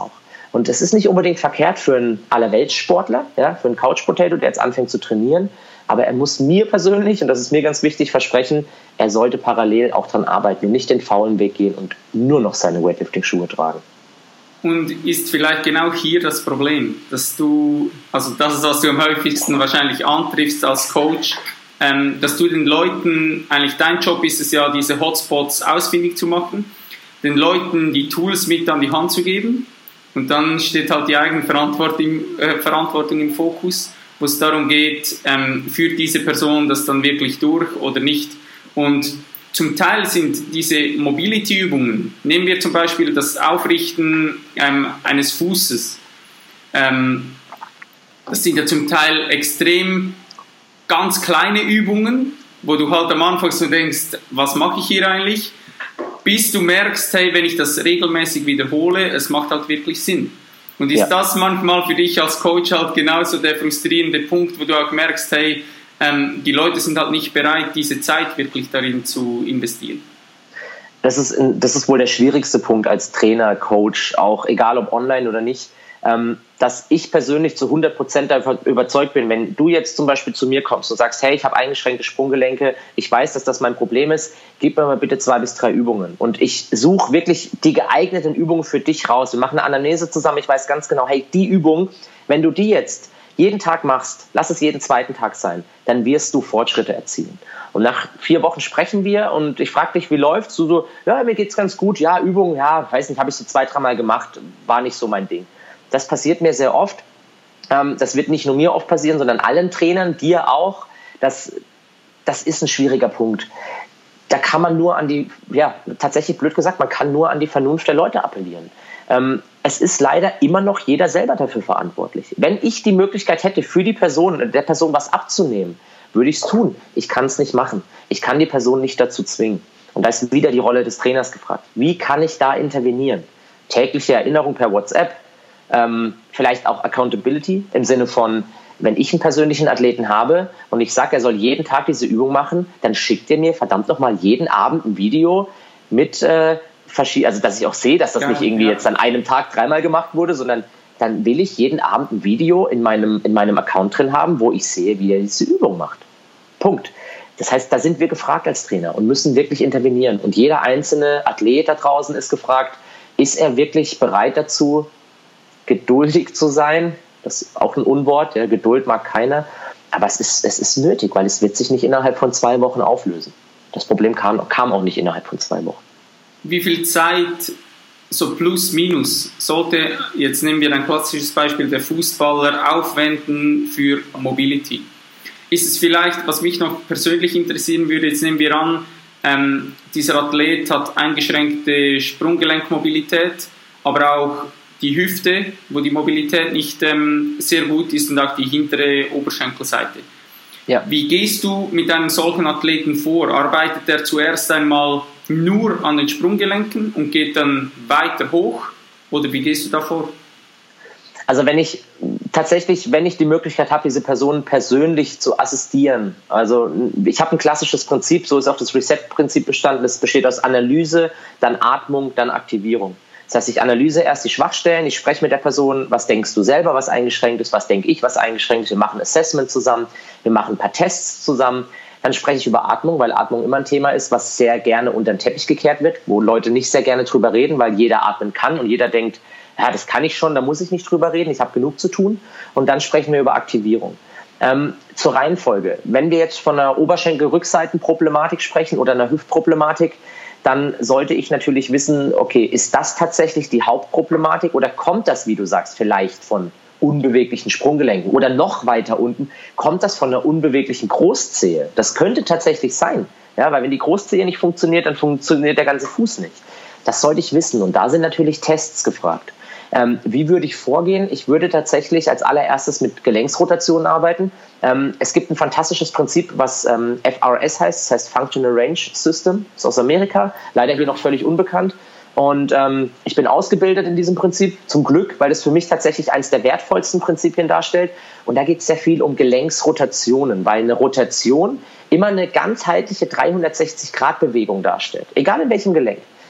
Und es ist nicht unbedingt verkehrt für einen Allerweltssportler, ja, für einen Couch-Potato, der jetzt anfängt zu trainieren. Aber er muss mir persönlich, und das ist mir ganz wichtig, versprechen, er sollte parallel auch dran arbeiten und nicht den faulen Weg gehen und nur noch seine Weightlifting-Schuhe tragen. Und ist vielleicht genau hier das Problem, dass du, also das ist, was du am häufigsten wahrscheinlich antriffst als Coach, dass du den Leuten, eigentlich dein Job ist es ja, diese Hotspots ausfindig zu machen, den Leuten die Tools mit an die Hand zu geben und dann steht halt die eigene Verantwortung im Fokus, wo es darum geht, führt diese Person das dann wirklich durch oder nicht. Und zum Teil sind diese Mobility-Übungen, nehmen wir zum Beispiel das Aufrichten eines Fußes, das sind ja zum Teil extrem ganz kleine Übungen, wo du halt am Anfang so denkst, was mache ich hier eigentlich? Bis du merkst, hey, wenn ich das regelmäßig wiederhole, es macht halt wirklich Sinn. Und ist das manchmal für dich als Coach halt genauso der frustrierende Punkt, wo du auch merkst, hey, die Leute sind halt nicht bereit, diese Zeit wirklich darin zu investieren? Das ist wohl der schwierigste Punkt als Trainer, Coach, auch egal ob online oder nicht, dass ich persönlich zu 100% davon überzeugt bin, wenn du jetzt zum Beispiel zu mir kommst und sagst, hey, ich habe eingeschränkte Sprunggelenke, ich weiß, dass das mein Problem ist, gib mir mal bitte 2 bis 3 Übungen. Und ich suche wirklich die geeigneten Übungen für dich raus. Wir machen eine Anamnese zusammen, ich weiß ganz genau, hey, die Übung, wenn du die jetzt jeden Tag machst, lass es jeden zweiten Tag sein, dann wirst du Fortschritte erzielen. Und nach 4 Wochen sprechen wir und ich frage dich, wie läuft's? Du so, ja, mir geht's ganz gut, ja, Übungen, ja, weiß nicht, habe ich so 2-3 Mal gemacht, war nicht so mein Ding. Das passiert mir sehr oft. Das wird nicht nur mir oft passieren, sondern allen Trainern, dir auch. Das ist ein schwieriger Punkt. Da kann man nur an die, ja, tatsächlich blöd gesagt, man kann nur an die Vernunft der Leute appellieren. Es ist leider immer noch jeder selber dafür verantwortlich. Wenn ich die Möglichkeit hätte, für der Person was abzunehmen, würde ich es tun. Ich kann es nicht machen. Ich kann die Person nicht dazu zwingen. Und da ist wieder die Rolle des Trainers gefragt. Wie kann ich da intervenieren? Tägliche Erinnerung per WhatsApp, vielleicht auch Accountability im Sinne von, wenn ich einen persönlichen Athleten habe und ich sage, er soll jeden Tag diese Übung machen, dann schickt er mir verdammt nochmal jeden Abend ein Video mit also dass ich auch sehe, dass das nicht irgendwie jetzt an einem Tag 3-mal gemacht wurde, sondern dann will ich jeden Abend ein Video in meinem Account drin haben, wo ich sehe, wie er diese Übung macht. Punkt. Das heißt, da sind wir gefragt als Trainer und müssen wirklich intervenieren. Und jeder einzelne Athlet da draußen ist gefragt, ist er wirklich bereit dazu, geduldig zu sein? Das ist auch ein Unwort, ja, Geduld mag keiner. Aber es ist nötig, weil es wird sich nicht innerhalb von 2 Wochen auflösen. Das Problem kam auch nicht innerhalb von 2 Wochen. Wie viel Zeit, so plus minus, sollte, jetzt nehmen wir ein klassisches Beispiel, der Fußballer aufwenden für Mobility? Ist es vielleicht, was mich noch persönlich interessieren würde, jetzt nehmen wir an, dieser Athlet hat eingeschränkte Sprunggelenkmobilität, aber auch die Hüfte, wo die Mobilität nicht sehr gut ist und auch die hintere Oberschenkelseite. Ja. Wie gehst du mit einem solchen Athleten vor? Arbeitet er zuerst einmal nur an den Sprunggelenken und geht dann weiter hoch? Oder wie gehst du da vor? Also wenn ich die Möglichkeit habe, diese Person persönlich zu assistieren, also ich habe ein klassisches Prinzip, so ist auch das Reset-Prinzip bestanden, das besteht aus Analyse, dann Atmung, dann Aktivierung. Das heißt, ich analyse erst die Schwachstellen, ich spreche mit der Person, was denkst du selber, was eingeschränkt ist, was denke ich, was eingeschränkt ist, wir machen ein Assessment zusammen, wir machen ein paar Tests zusammen, dann spreche ich über Atmung, weil Atmung immer ein Thema ist, was sehr gerne unter den Teppich gekehrt wird, wo Leute nicht sehr gerne drüber reden, weil jeder atmen kann und jeder denkt, ja, das kann ich schon, da muss ich nicht drüber reden, ich habe genug zu tun. Und dann sprechen wir über Aktivierung. Zur Reihenfolge. Wenn wir jetzt von einer Oberschenkel-Rückseitenproblematik sprechen oder einer Hüftproblematik, dann sollte ich natürlich wissen, okay, ist das tatsächlich die Hauptproblematik oder kommt das, wie du sagst, vielleicht von unbeweglichen Sprunggelenken oder noch weiter unten, kommt das von einer unbeweglichen Großzehe? Das könnte tatsächlich sein, ja, weil wenn die Großzehe nicht funktioniert, dann funktioniert der ganze Fuß nicht. Das sollte ich wissen und da sind natürlich Tests gefragt. Wie würde ich vorgehen? Ich würde tatsächlich als allererstes mit Gelenksrotationen arbeiten. Es gibt ein fantastisches Prinzip, was FRS heißt, das heißt Functional Range System, das ist aus Amerika, leider hier noch völlig unbekannt. Und ich bin ausgebildet in diesem Prinzip, zum Glück, weil es für mich tatsächlich eines der wertvollsten Prinzipien darstellt. Und da geht es sehr viel um Gelenksrotationen, weil eine Rotation immer eine ganzheitliche 360-Grad-Bewegung darstellt, egal in welchem Gelenk.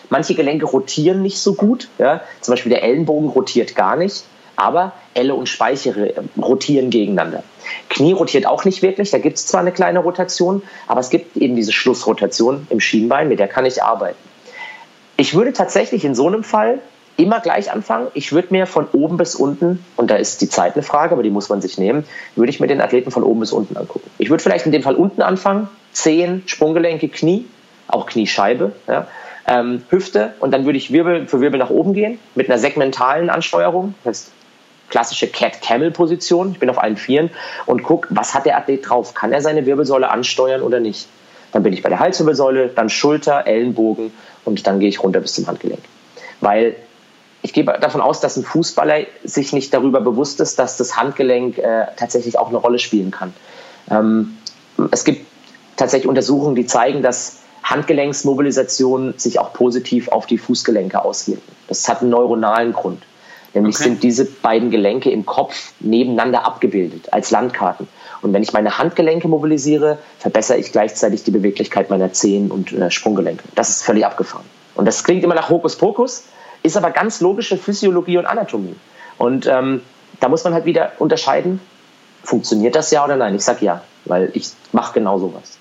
Manche Gelenke rotieren nicht so gut. Ja? Zum Beispiel der Ellenbogen rotiert gar nicht. Aber Elle und Speiche rotieren gegeneinander. Knie rotiert auch nicht wirklich. Da gibt es zwar eine kleine Rotation, aber es gibt eben diese Schlussrotation im Schienbein, mit der kann ich arbeiten. Ich würde tatsächlich in so einem Fall immer gleich anfangen. Ich würde mir von oben bis unten, und da ist die Zeit eine Frage, aber die muss man sich nehmen, würde ich mir den Athleten von oben bis unten angucken. Ich würde vielleicht in dem Fall unten anfangen, Zehen, Sprunggelenke, Knie, auch Kniescheibe, ja, Hüfte, und dann würde ich Wirbel für Wirbel nach oben gehen mit einer segmentalen Ansteuerung. Das heißt, klassische Cat-Camel-Position. Ich bin auf allen Vieren und gucke, was hat der Athlet drauf? Kann er seine Wirbelsäule ansteuern oder nicht? Dann bin ich bei der Halswirbelsäule, dann Schulter, Ellenbogen und dann gehe ich runter bis zum Handgelenk. Weil ich gehe davon aus, dass ein Fußballer sich nicht darüber bewusst ist, dass das Handgelenk tatsächlich auch eine Rolle spielen kann. Es gibt tatsächlich Untersuchungen, die zeigen, dass Handgelenksmobilisationen sich auch positiv auf die Fußgelenke auswirken. Das hat einen neuronalen Grund. Nämlich sind diese beiden Gelenke im Kopf nebeneinander abgebildet als Landkarten. Und wenn ich meine Handgelenke mobilisiere, verbessere ich gleichzeitig die Beweglichkeit meiner Zehen und Sprunggelenke. Das ist völlig abgefahren. Und das klingt immer nach Hokuspokus, ist aber ganz logische Physiologie und Anatomie. Und da muss man halt wieder unterscheiden, funktioniert das ja oder nein? Ich sage ja, weil ich mache genau sowas.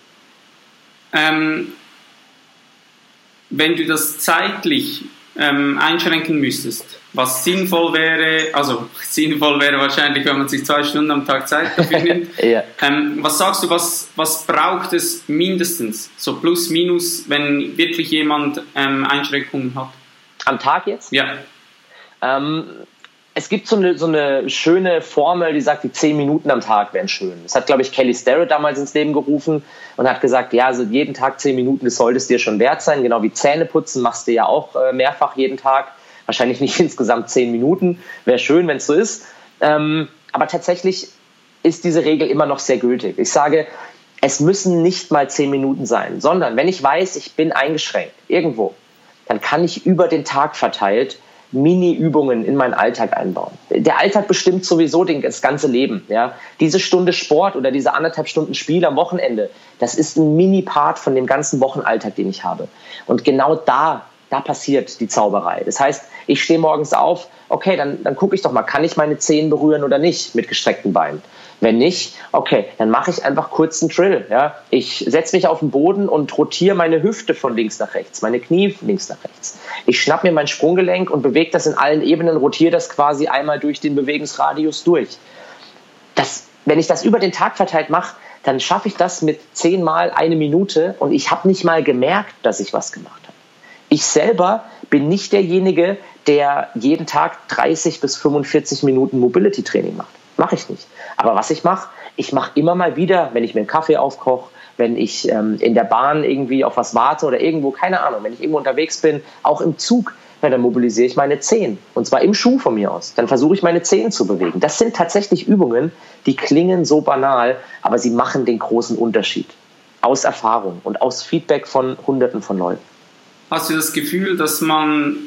Wenn du das zeitlich einschränken müsstest, was sinnvoll wäre, also sinnvoll wäre wahrscheinlich, wenn man sich 2 Stunden am Tag Zeit dafür nimmt. Ja. Was sagst du, was braucht es mindestens, so plus minus, wenn wirklich jemand Einschränkungen hat? Am Tag jetzt? Ja. Es gibt so eine schöne Formel, die sagt, die 10 Minuten am Tag wären schön. Das hat, glaube ich, Kelly Starrett damals ins Leben gerufen und hat gesagt, ja, also jeden Tag 10 Minuten, das sollte es dir schon wert sein. Genau wie Zähneputzen machst du ja auch mehrfach jeden Tag. Wahrscheinlich nicht insgesamt 10 Minuten. Wäre schön, wenn es so ist. Aber tatsächlich ist diese Regel immer noch sehr gültig. Ich sage, es müssen nicht mal 10 Minuten sein, sondern wenn ich weiß, ich bin eingeschränkt irgendwo, dann kann ich über den Tag verteilt Mini-Übungen in meinen Alltag einbauen. Der Alltag bestimmt sowieso das ganze Leben. Ja? Diese Stunde Sport oder diese 1,5 Stunden Spiel am Wochenende, das ist ein Mini-Part von dem ganzen Wochenalltag, den ich habe. Und genau da passiert die Zauberei. Das heißt, ich stehe morgens auf, okay, dann gucke ich doch mal, kann ich meine Zehen berühren oder nicht mit gestreckten Beinen? Wenn nicht, okay, dann mache ich einfach kurz einen Drill. Ja? Ich setze mich auf den Boden und rotiere meine Hüfte von links nach rechts, meine Knie von links nach rechts. Ich schnapp mir mein Sprunggelenk und bewege das in allen Ebenen, rotiere das quasi einmal durch den Bewegungsradius durch. Wenn ich das über den Tag verteilt mache, dann schaffe ich das mit 10 Mal 1 Minute und ich habe nicht mal gemerkt, dass ich was gemacht habe. Ich selber bin nicht derjenige, der jeden Tag 30 bis 45 Minuten Mobility-Training macht. Mache ich nicht. Aber was ich mache immer mal wieder, wenn ich mir einen Kaffee aufkoche, wenn ich in der Bahn irgendwie auf was warte oder irgendwo, keine Ahnung, wenn ich irgendwo unterwegs bin, auch im Zug, dann mobilisiere ich meine Zehen. Und zwar im Schuh von mir aus. Dann versuche ich meine Zehen zu bewegen. Das sind tatsächlich Übungen, die klingen so banal, aber sie machen den großen Unterschied. Aus Erfahrung und aus Feedback von Hunderten von Leuten. Hast du das Gefühl, dass man,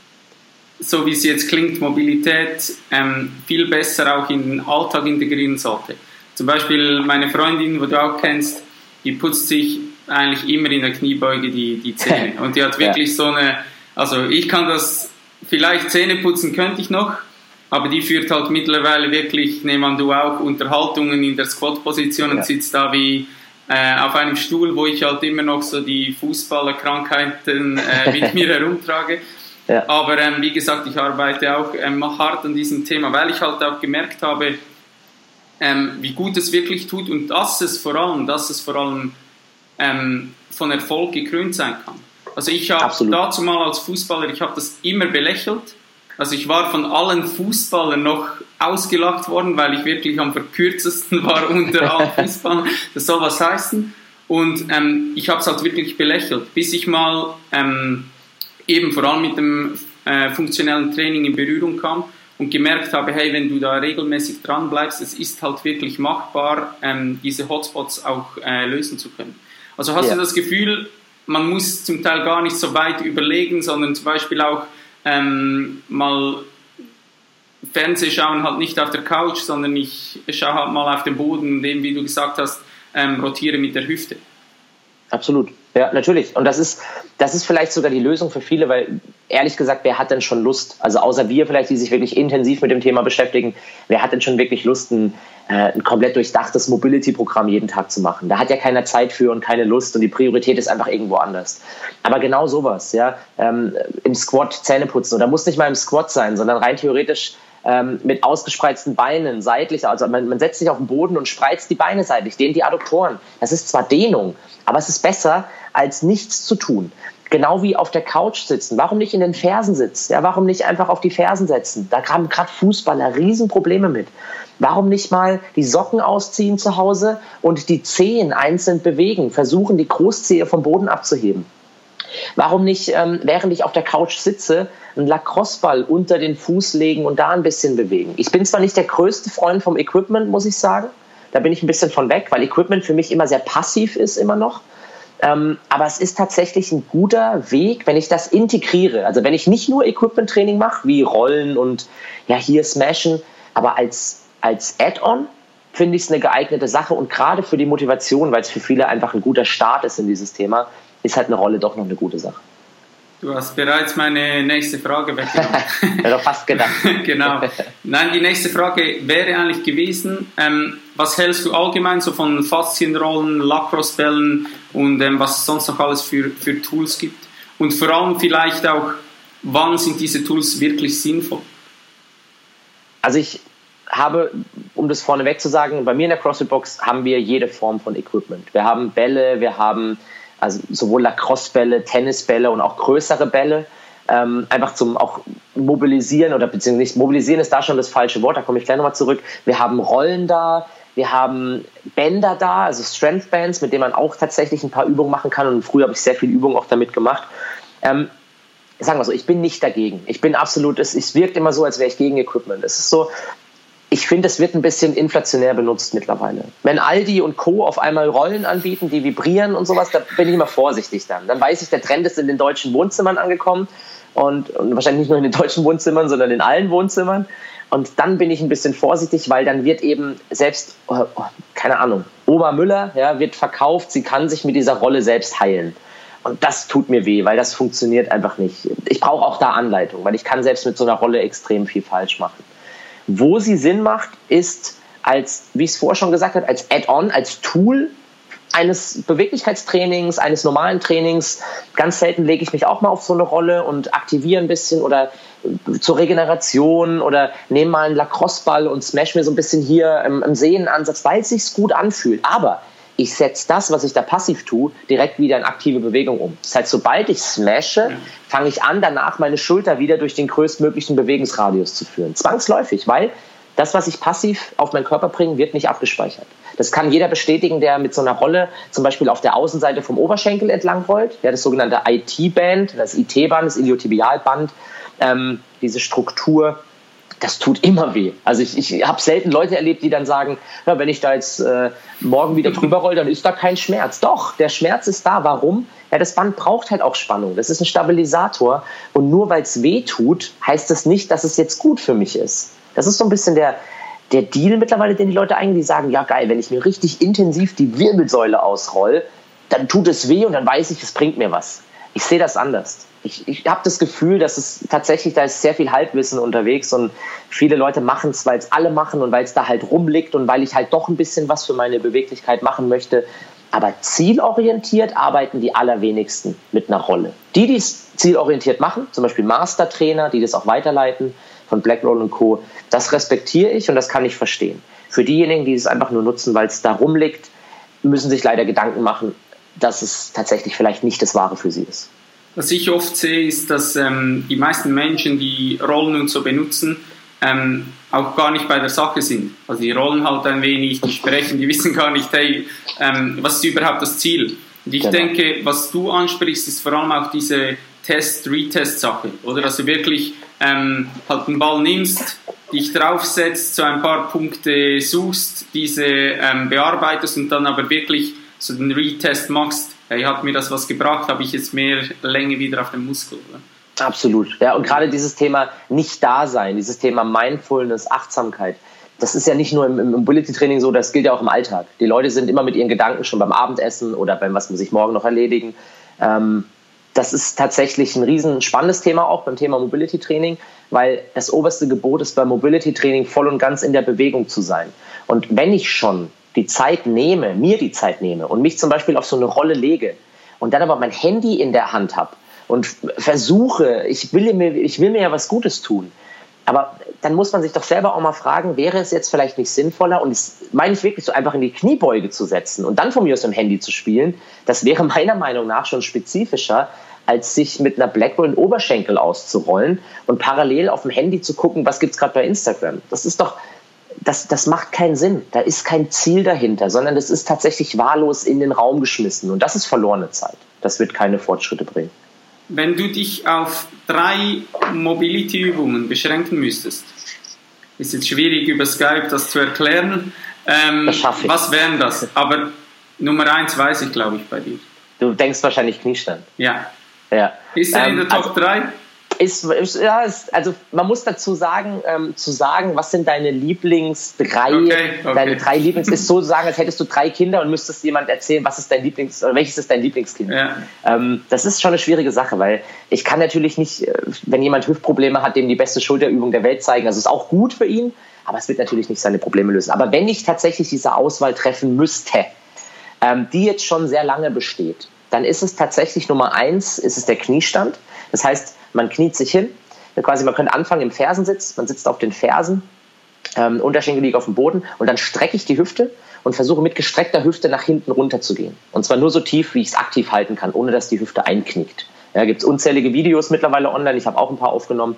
so wie es jetzt klingt, Mobilität viel besser auch in den Alltag integrieren sollte? Zum Beispiel meine Freundin, wo du auch kennst, die putzt sich eigentlich immer in der Kniebeuge die Zähne. Und die hat wirklich so eine, also ich kann das, vielleicht Zähne putzen könnte ich noch, aber die führt halt mittlerweile wirklich, nehmen an du auch, Unterhaltungen in der Squat-Position und sitzt da wie auf einem Stuhl, wo ich halt immer noch so die Fußballerkrankheiten mit mir herumtrage. Ja. Aber wie gesagt, ich arbeite auch hart an diesem Thema, weil ich halt auch gemerkt habe, wie gut es wirklich tut und dass es vor allem von Erfolg gekrönt sein kann. Also ich habe dazu mal als Fußballer, ich habe das immer belächelt. Also ich war von allen Fußballern noch ausgelacht worden, weil ich wirklich am verkürztesten war unter allen Fußballern. Das soll was heißen. Und ich habe es halt wirklich belächelt, bis ich mal eben vor allem mit dem funktionellen Training in Berührung kam und gemerkt habe, hey, wenn du da regelmäßig dran bleibst, es ist halt wirklich machbar, diese Hotspots auch lösen zu können. Also hast du das Gefühl, man muss zum Teil gar nicht so weit überlegen, sondern zum Beispiel auch mal Fernseh schauen, halt nicht auf der Couch, sondern ich schaue halt mal auf den Boden und eben, wie du gesagt hast, rotiere mit der Hüfte. Absolut. Ja, natürlich. Und das ist vielleicht sogar die Lösung für viele, weil ehrlich gesagt, wer hat denn schon Lust, also außer wir vielleicht, die sich wirklich intensiv mit dem Thema beschäftigen, wer hat denn schon wirklich Lust, ein komplett durchdachtes Mobility-Programm jeden Tag zu machen? Da hat ja keiner Zeit für und keine Lust und die Priorität ist einfach irgendwo anders. Aber genau sowas, ja, im Squat Zähne putzen, oder muss nicht mal im Squat sein, sondern rein theoretisch mit ausgespreizten Beinen, seitlich, also man setzt sich auf den Boden und spreizt die Beine seitlich, dehnt die Adduktoren. Das ist zwar Dehnung, aber es ist besser, als nichts zu tun. Genau wie auf der Couch sitzen. Warum nicht in den Fersen sitzen? Ja, warum nicht einfach auf die Fersen setzen? Da haben gerade Fußballer Riesenprobleme mit. Warum nicht mal die Socken ausziehen zu Hause und die Zehen einzeln bewegen, versuchen, die Großzehe vom Boden abzuheben? Warum nicht, während ich auf der Couch sitze, einen Lacrosse-Ball unter den Fuß legen und da ein bisschen bewegen? Ich bin zwar nicht der größte Freund vom Equipment, muss ich sagen. Da bin ich ein bisschen von weg, weil Equipment für mich immer sehr passiv ist, immer noch. Aber es ist tatsächlich ein guter Weg, wenn ich das integriere. Also wenn ich nicht nur Equipment-Training mache, wie Rollen und ja hier Smashen, aber als Add-on finde ich es eine geeignete Sache. Und gerade für die Motivation, weil es für viele einfach ein guter Start ist in dieses Thema, ist halt eine Rolle doch noch eine gute Sache. Du hast bereits meine nächste Frage weggenommen. Ja, doch fast gedacht. Genau. Nein, die nächste Frage wäre eigentlich gewesen, was hältst du allgemein so von Faszienrollen, Lacrosse-Bällen und was es sonst noch alles für Tools gibt? Und vor allem vielleicht auch, wann sind diese Tools wirklich sinnvoll? Also ich habe, um das vorneweg zu sagen, bei mir in der CrossFit-Box haben wir jede Form von Equipment. Wir haben Bälle, wir haben also sowohl Lacrosse-Bälle, Tennisbälle und auch größere Bälle, einfach zum auch mobilisieren oder beziehungsweise nicht mobilisieren ist da schon das falsche Wort, da komme ich gleich nochmal zurück. Wir haben Rollen da, wir haben Bänder da, also Strength Bands, mit denen man auch tatsächlich ein paar Übungen machen kann und früher habe ich sehr viele Übungen auch damit gemacht. Sagen wir so, ich bin nicht dagegen. Ich bin absolut, es wirkt immer so, als wäre ich gegen Equipment. Es ist so, ich finde, es wird ein bisschen inflationär benutzt mittlerweile. Wenn Aldi und Co. auf einmal Rollen anbieten, die vibrieren und sowas, da bin ich immer vorsichtig dann. Dann weiß ich, der Trend ist in den deutschen Wohnzimmern angekommen und wahrscheinlich nicht nur in den deutschen Wohnzimmern, sondern in allen Wohnzimmern. Und dann bin ich ein bisschen vorsichtig, weil dann wird eben selbst, keine Ahnung, Oma Müller wird verkauft, sie kann sich mit dieser Rolle selbst heilen. Und das tut mir weh, weil das funktioniert einfach nicht. Ich brauche auch da Anleitung, weil ich kann selbst mit so einer Rolle extrem viel falsch machen. Wo sie Sinn macht, ist als, wie ich es vorher schon gesagt habe, als Add-on, als Tool eines Beweglichkeitstrainings, eines normalen Trainings. Ganz selten lege ich mich auch mal auf so eine Rolle und aktiviere ein bisschen oder zur Regeneration oder nehme mal einen Lacrosse-Ball und smash mir so ein bisschen hier im Sehnenansatz, weil es sich gut anfühlt. Aber ich setze das, was ich da passiv tue, direkt wieder in aktive Bewegung um. Das heißt, sobald ich smashe, fange ich an, danach meine Schulter wieder durch den größtmöglichen Bewegungsradius zu führen. Zwangsläufig, weil das, was ich passiv auf meinen Körper bringe, wird nicht abgespeichert. Das kann jeder bestätigen, der mit so einer Rolle zum Beispiel auf der Außenseite vom Oberschenkel entlang rollt. Ja, das sogenannte IT-Band, das IT-Band, das Iliotibialband, diese Struktur. Das tut immer weh. Also ich habe selten Leute erlebt, die dann sagen, ja, wenn ich da jetzt morgen wieder drüber roll, dann ist da kein Schmerz. Doch, der Schmerz ist da. Warum? Ja, das Band braucht halt auch Spannung. Das ist ein Stabilisator. Und nur weil es weh tut, heißt das nicht, dass es jetzt gut für mich ist. Das ist so ein bisschen der Deal mittlerweile, den die Leute eigentlich sagen, ja geil, wenn ich mir richtig intensiv die Wirbelsäule ausroll, dann tut es weh und dann weiß ich, es bringt mir was. Ich sehe das anders. Ich habe das Gefühl, dass es tatsächlich, da ist sehr viel Halbwissen unterwegs und viele Leute machen es, weil es alle machen und weil es da halt rumliegt und weil ich halt doch ein bisschen was für meine Beweglichkeit machen möchte. Aber zielorientiert arbeiten die allerwenigsten mit einer Rolle. Die es zielorientiert machen, zum Beispiel Mastertrainer, die das auch weiterleiten, von Blackroll und Co., das respektiere ich und das kann ich verstehen. Für diejenigen, die es einfach nur nutzen, weil es da rumliegt, müssen sich leider Gedanken machen, dass es tatsächlich vielleicht nicht das Wahre für sie ist. Was ich oft sehe, ist, dass die meisten Menschen, die Rollen und so benutzen, auch gar nicht bei der Sache sind. Also die rollen halt ein wenig, die sprechen, die wissen gar nicht, hey, was ist überhaupt das Ziel? Und ich denke, was du ansprichst, ist vor allem auch diese Test-Retest-Sache, oder? Dass du wirklich halt einen Ball nimmst, dich draufsetzt, so ein paar Punkte suchst, diese bearbeitest und dann aber wirklich so den Retest machst. Hey, hat mir das was gebracht? Habe ich jetzt mehr Länge wieder auf dem Muskel? Oder? Absolut. Ja, und gerade dieses Thema Nicht-Dasein, dieses Thema Mindfulness, Achtsamkeit, das ist ja nicht nur im Mobility-Training so, das gilt ja auch im Alltag. Die Leute sind immer mit ihren Gedanken schon beim Abendessen oder beim, was muss ich morgen noch erledigen. Das ist tatsächlich ein riesen spannendes Thema auch beim Thema Mobility-Training, weil das oberste Gebot ist beim Mobility-Training voll und ganz in der Bewegung zu sein. Und wenn ich schon mir die Zeit nehme und mich zum Beispiel auf so eine Rolle lege und dann aber mein Handy in der Hand habe und versuche, ich will mir ja was Gutes tun, aber dann muss man sich doch selber auch mal fragen, wäre es jetzt vielleicht nicht sinnvoller, und das meine ich wirklich so, einfach in die Kniebeuge zu setzen und dann von mir aus dem Handy zu spielen, das wäre meiner Meinung nach schon spezifischer, als sich mit einer Blackroll den Oberschenkel auszurollen und parallel auf dem Handy zu gucken, was gibt es gerade bei Instagram. Das ist doch, das macht keinen Sinn. Da ist kein Ziel dahinter, sondern das ist tatsächlich wahllos in den Raum geschmissen. Und das ist verlorene Zeit. Das wird keine Fortschritte bringen. Wenn du dich auf 3 Mobility-Übungen beschränken müsstest, ist jetzt schwierig über Skype das zu erklären. Das schaffe ich. Was wären das? Aber Nummer 1 weiß ich, glaube ich, bei dir. Du denkst wahrscheinlich Kniestand. Ja. Ist er in der Top 3? Also man muss dazu sagen, was sind deine deine 3 Lieblings, ist so zu sagen, als hättest du 3 Kinder und müsstest jemand erzählen, welches ist dein Lieblingskind. Ja. Das ist schon eine schwierige Sache, weil ich kann natürlich nicht, wenn jemand Hüftprobleme hat, dem die beste Schulterübung der Welt zeigen. Also ist auch gut für ihn, aber es wird natürlich nicht seine Probleme lösen. Aber wenn ich tatsächlich diese Auswahl treffen müsste, die jetzt schon sehr lange besteht, dann ist es tatsächlich Nummer 1, ist es der Kniestand. Das heißt, man kniet sich hin, man könnte anfangen im Fersensitz, man sitzt auf den Fersen, Unterschenkel liegt auf dem Boden und dann strecke ich die Hüfte und versuche mit gestreckter Hüfte nach hinten runter zu gehen. Und zwar nur so tief, wie ich es aktiv halten kann, ohne dass die Hüfte einknickt. Ja, gibt es unzählige Videos mittlerweile online, ich habe auch ein paar aufgenommen.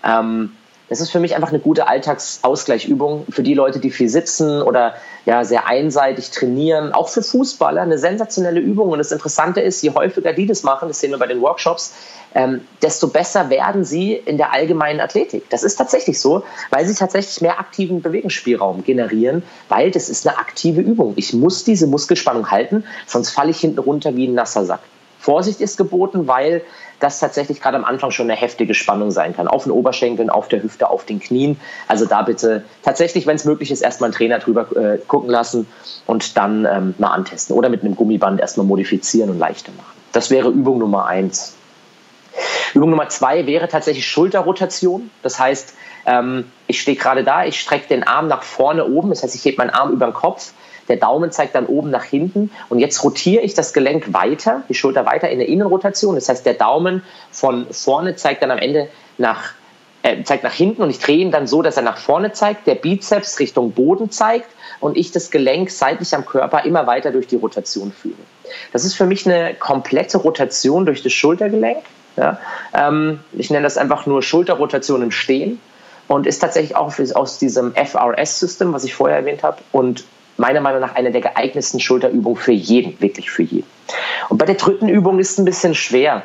Das ist für mich einfach eine gute Alltagsausgleichübung für die Leute, die viel sitzen oder ja sehr einseitig trainieren. Auch für Fußballer eine sensationelle Übung. Und das Interessante ist, je häufiger die das machen, das sehen wir bei den Workshops, desto besser werden sie in der allgemeinen Athletik. Das ist tatsächlich so, weil sie tatsächlich mehr aktiven Bewegungsspielraum generieren, weil das ist eine aktive Übung. Ich muss diese Muskelspannung halten, sonst falle ich hinten runter wie ein nasser Sack. Vorsicht ist geboten, weil das tatsächlich gerade am Anfang schon eine heftige Spannung sein kann. Auf den Oberschenkeln, auf der Hüfte, auf den Knien. Also da bitte tatsächlich, wenn es möglich ist, erstmal einen Trainer drüber gucken lassen und dann mal antesten. Oder mit einem Gummiband erstmal modifizieren und leichter machen. Das wäre Übung Nummer 1. Übung Nummer 2 wäre tatsächlich Schulterrotation. Das heißt, ich stehe gerade da, ich strecke den Arm nach vorne oben. Das heißt, ich hebe meinen Arm über den Kopf. Der Daumen zeigt dann oben nach hinten und jetzt rotiere ich das Gelenk weiter, die Schulter weiter in der Innenrotation. Das heißt, der Daumen von vorne zeigt dann am Ende zeigt nach hinten und ich drehe ihn dann so, dass er nach vorne zeigt, der Bizeps Richtung Boden zeigt und ich das Gelenk seitlich am Körper immer weiter durch die Rotation führe. Das ist für mich eine komplette Rotation durch das Schultergelenk. Ja? Ich nenne das einfach nur Schulterrotation im Stehen und ist tatsächlich auch aus diesem FRS-System, was ich vorher erwähnt habe, und meiner Meinung nach eine der geeignetsten Schulterübungen für jeden, wirklich für jeden. Und bei der 3. Übung ist es ein bisschen schwer.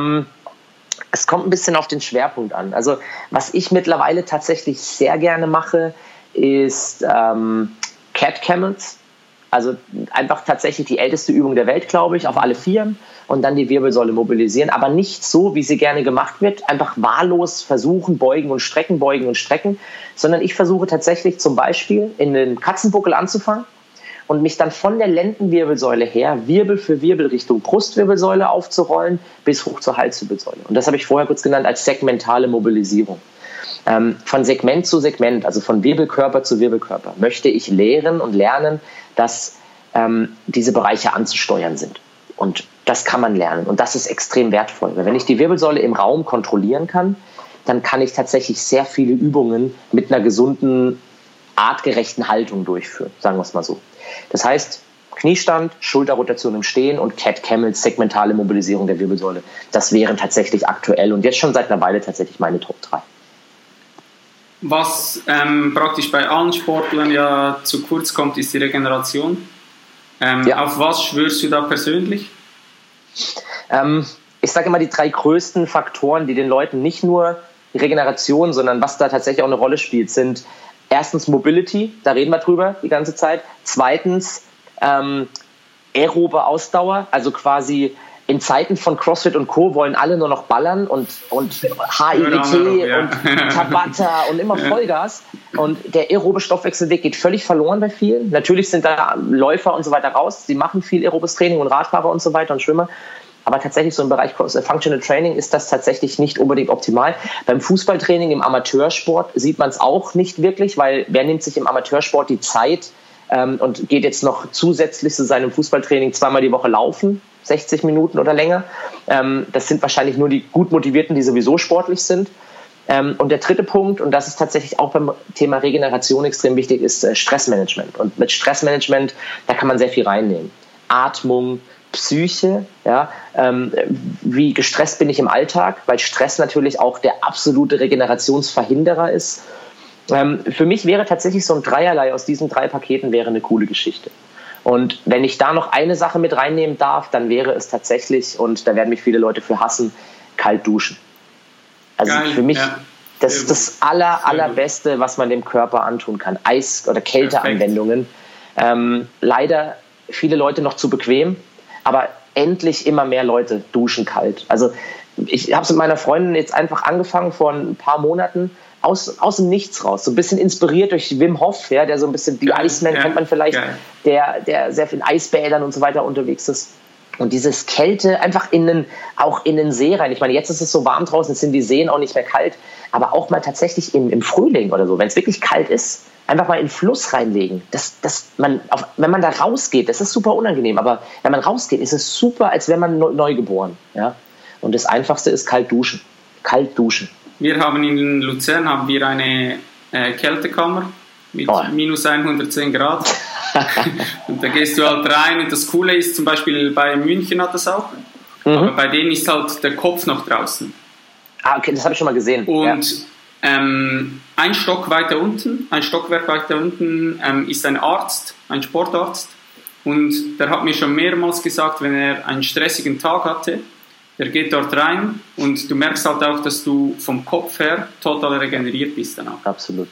Es kommt ein bisschen auf den Schwerpunkt an. Also was ich mittlerweile tatsächlich sehr gerne mache, ist Cat Camels. Also einfach tatsächlich die älteste Übung der Welt, glaube ich, auf alle 4 und dann die Wirbelsäule mobilisieren, aber nicht so, wie sie gerne gemacht wird, einfach wahllos versuchen, beugen und strecken, sondern ich versuche tatsächlich zum Beispiel in den Katzenbuckel anzufangen und mich dann von der Lendenwirbelsäule her Wirbel für Wirbel Richtung Brustwirbelsäule aufzurollen bis hoch zur Halswirbelsäule. Und das habe ich vorher kurz genannt als segmentale Mobilisierung. Von Segment zu Segment, also von Wirbelkörper zu Wirbelkörper, möchte ich lehren und lernen, dass diese Bereiche anzusteuern sind. Und das kann man lernen und das ist extrem wertvoll. Weil wenn ich die Wirbelsäule im Raum kontrollieren kann, dann kann ich tatsächlich sehr viele Übungen mit einer gesunden, artgerechten Haltung durchführen, sagen wir es mal so. Das heißt, Kniestand, Schulterrotation im Stehen und Cat Camels, segmentale Mobilisierung der Wirbelsäule. Das wären tatsächlich aktuell und jetzt schon seit einer Weile tatsächlich meine Top 3. Was praktisch bei allen Sportlern ja zu kurz kommt, ist die Regeneration. Auf was schwörst du da persönlich? Ich sage immer, die 3 größten Faktoren, die den Leuten nicht nur die Regeneration, sondern was da tatsächlich auch eine Rolle spielt, sind erstens Mobility, da reden wir drüber die ganze Zeit. Zweitens aerobe Ausdauer, also quasi in Zeiten von CrossFit und Co. wollen alle nur noch ballern und HIIT und Tabata und immer Vollgas. Und der aerobe Stoffwechselweg geht völlig verloren bei vielen. Natürlich sind da Läufer und so weiter raus. Sie machen viel aerobes Training und Radfahrer und so weiter und Schwimmer. Aber tatsächlich so im Bereich Functional Training ist das tatsächlich nicht unbedingt optimal. Beim Fußballtraining im Amateursport sieht man es auch nicht wirklich, weil wer nimmt sich im Amateursport die Zeit und geht jetzt noch zusätzlich zu seinem Fußballtraining 2-mal die Woche laufen, 60 Minuten oder länger. Das sind wahrscheinlich nur die gut Motivierten, die sowieso sportlich sind. Und der dritte Punkt, und das ist tatsächlich auch beim Thema Regeneration extrem wichtig, ist Stressmanagement. Und mit Stressmanagement, da kann man sehr viel reinnehmen. Atmung, Psyche, ja, wie gestresst bin ich im Alltag, weil Stress natürlich auch der absolute Regenerationsverhinderer ist. Für mich wäre tatsächlich so ein Dreierlei aus diesen 3 Paketen wäre eine coole Geschichte. Und wenn ich da noch eine Sache mit reinnehmen darf, dann wäre es tatsächlich, und da werden mich viele Leute für hassen, kalt duschen. Also geil, für mich, das ist das allerbeste, was man dem Körper antun kann. Eis- oder Kälteanwendungen. Leider viele Leute noch zu bequem, aber endlich immer mehr Leute duschen kalt. Also ich habe es mit meiner Freundin jetzt einfach angefangen vor ein paar Monaten, aus dem Nichts raus, so ein bisschen inspiriert durch Wim Hof, ja, der so ein bisschen, die Iceman kennt man vielleicht, der sehr viel in Eisbädern und so weiter unterwegs ist. Und dieses Kälte einfach auch in den See rein. Ich meine, jetzt ist es so warm draußen, jetzt sind die Seen auch nicht mehr kalt, aber auch mal tatsächlich im Frühling oder so, wenn es wirklich kalt ist, einfach mal in den Fluss reinlegen. Wenn man da rausgeht, das ist super unangenehm, aber wenn man rausgeht, ist es super, als wäre man neugeboren. Ja? Und das Einfachste ist kalt duschen. Kalt duschen. Wir haben in Luzern eine Kältekammer mit minus 110 Grad. Und da gehst du halt rein und das Coole ist, zum Beispiel bei München hat das auch, aber bei denen ist halt der Kopf noch draußen. Ah, okay, das habe ich schon mal gesehen. Und ein Stockwerk weiter unten ist ein Arzt, ein Sportarzt, und der hat mir schon mehrmals gesagt, wenn er einen stressigen Tag hatte, der geht dort rein und du merkst halt auch, dass du vom Kopf her total regeneriert bist danach. Absolut.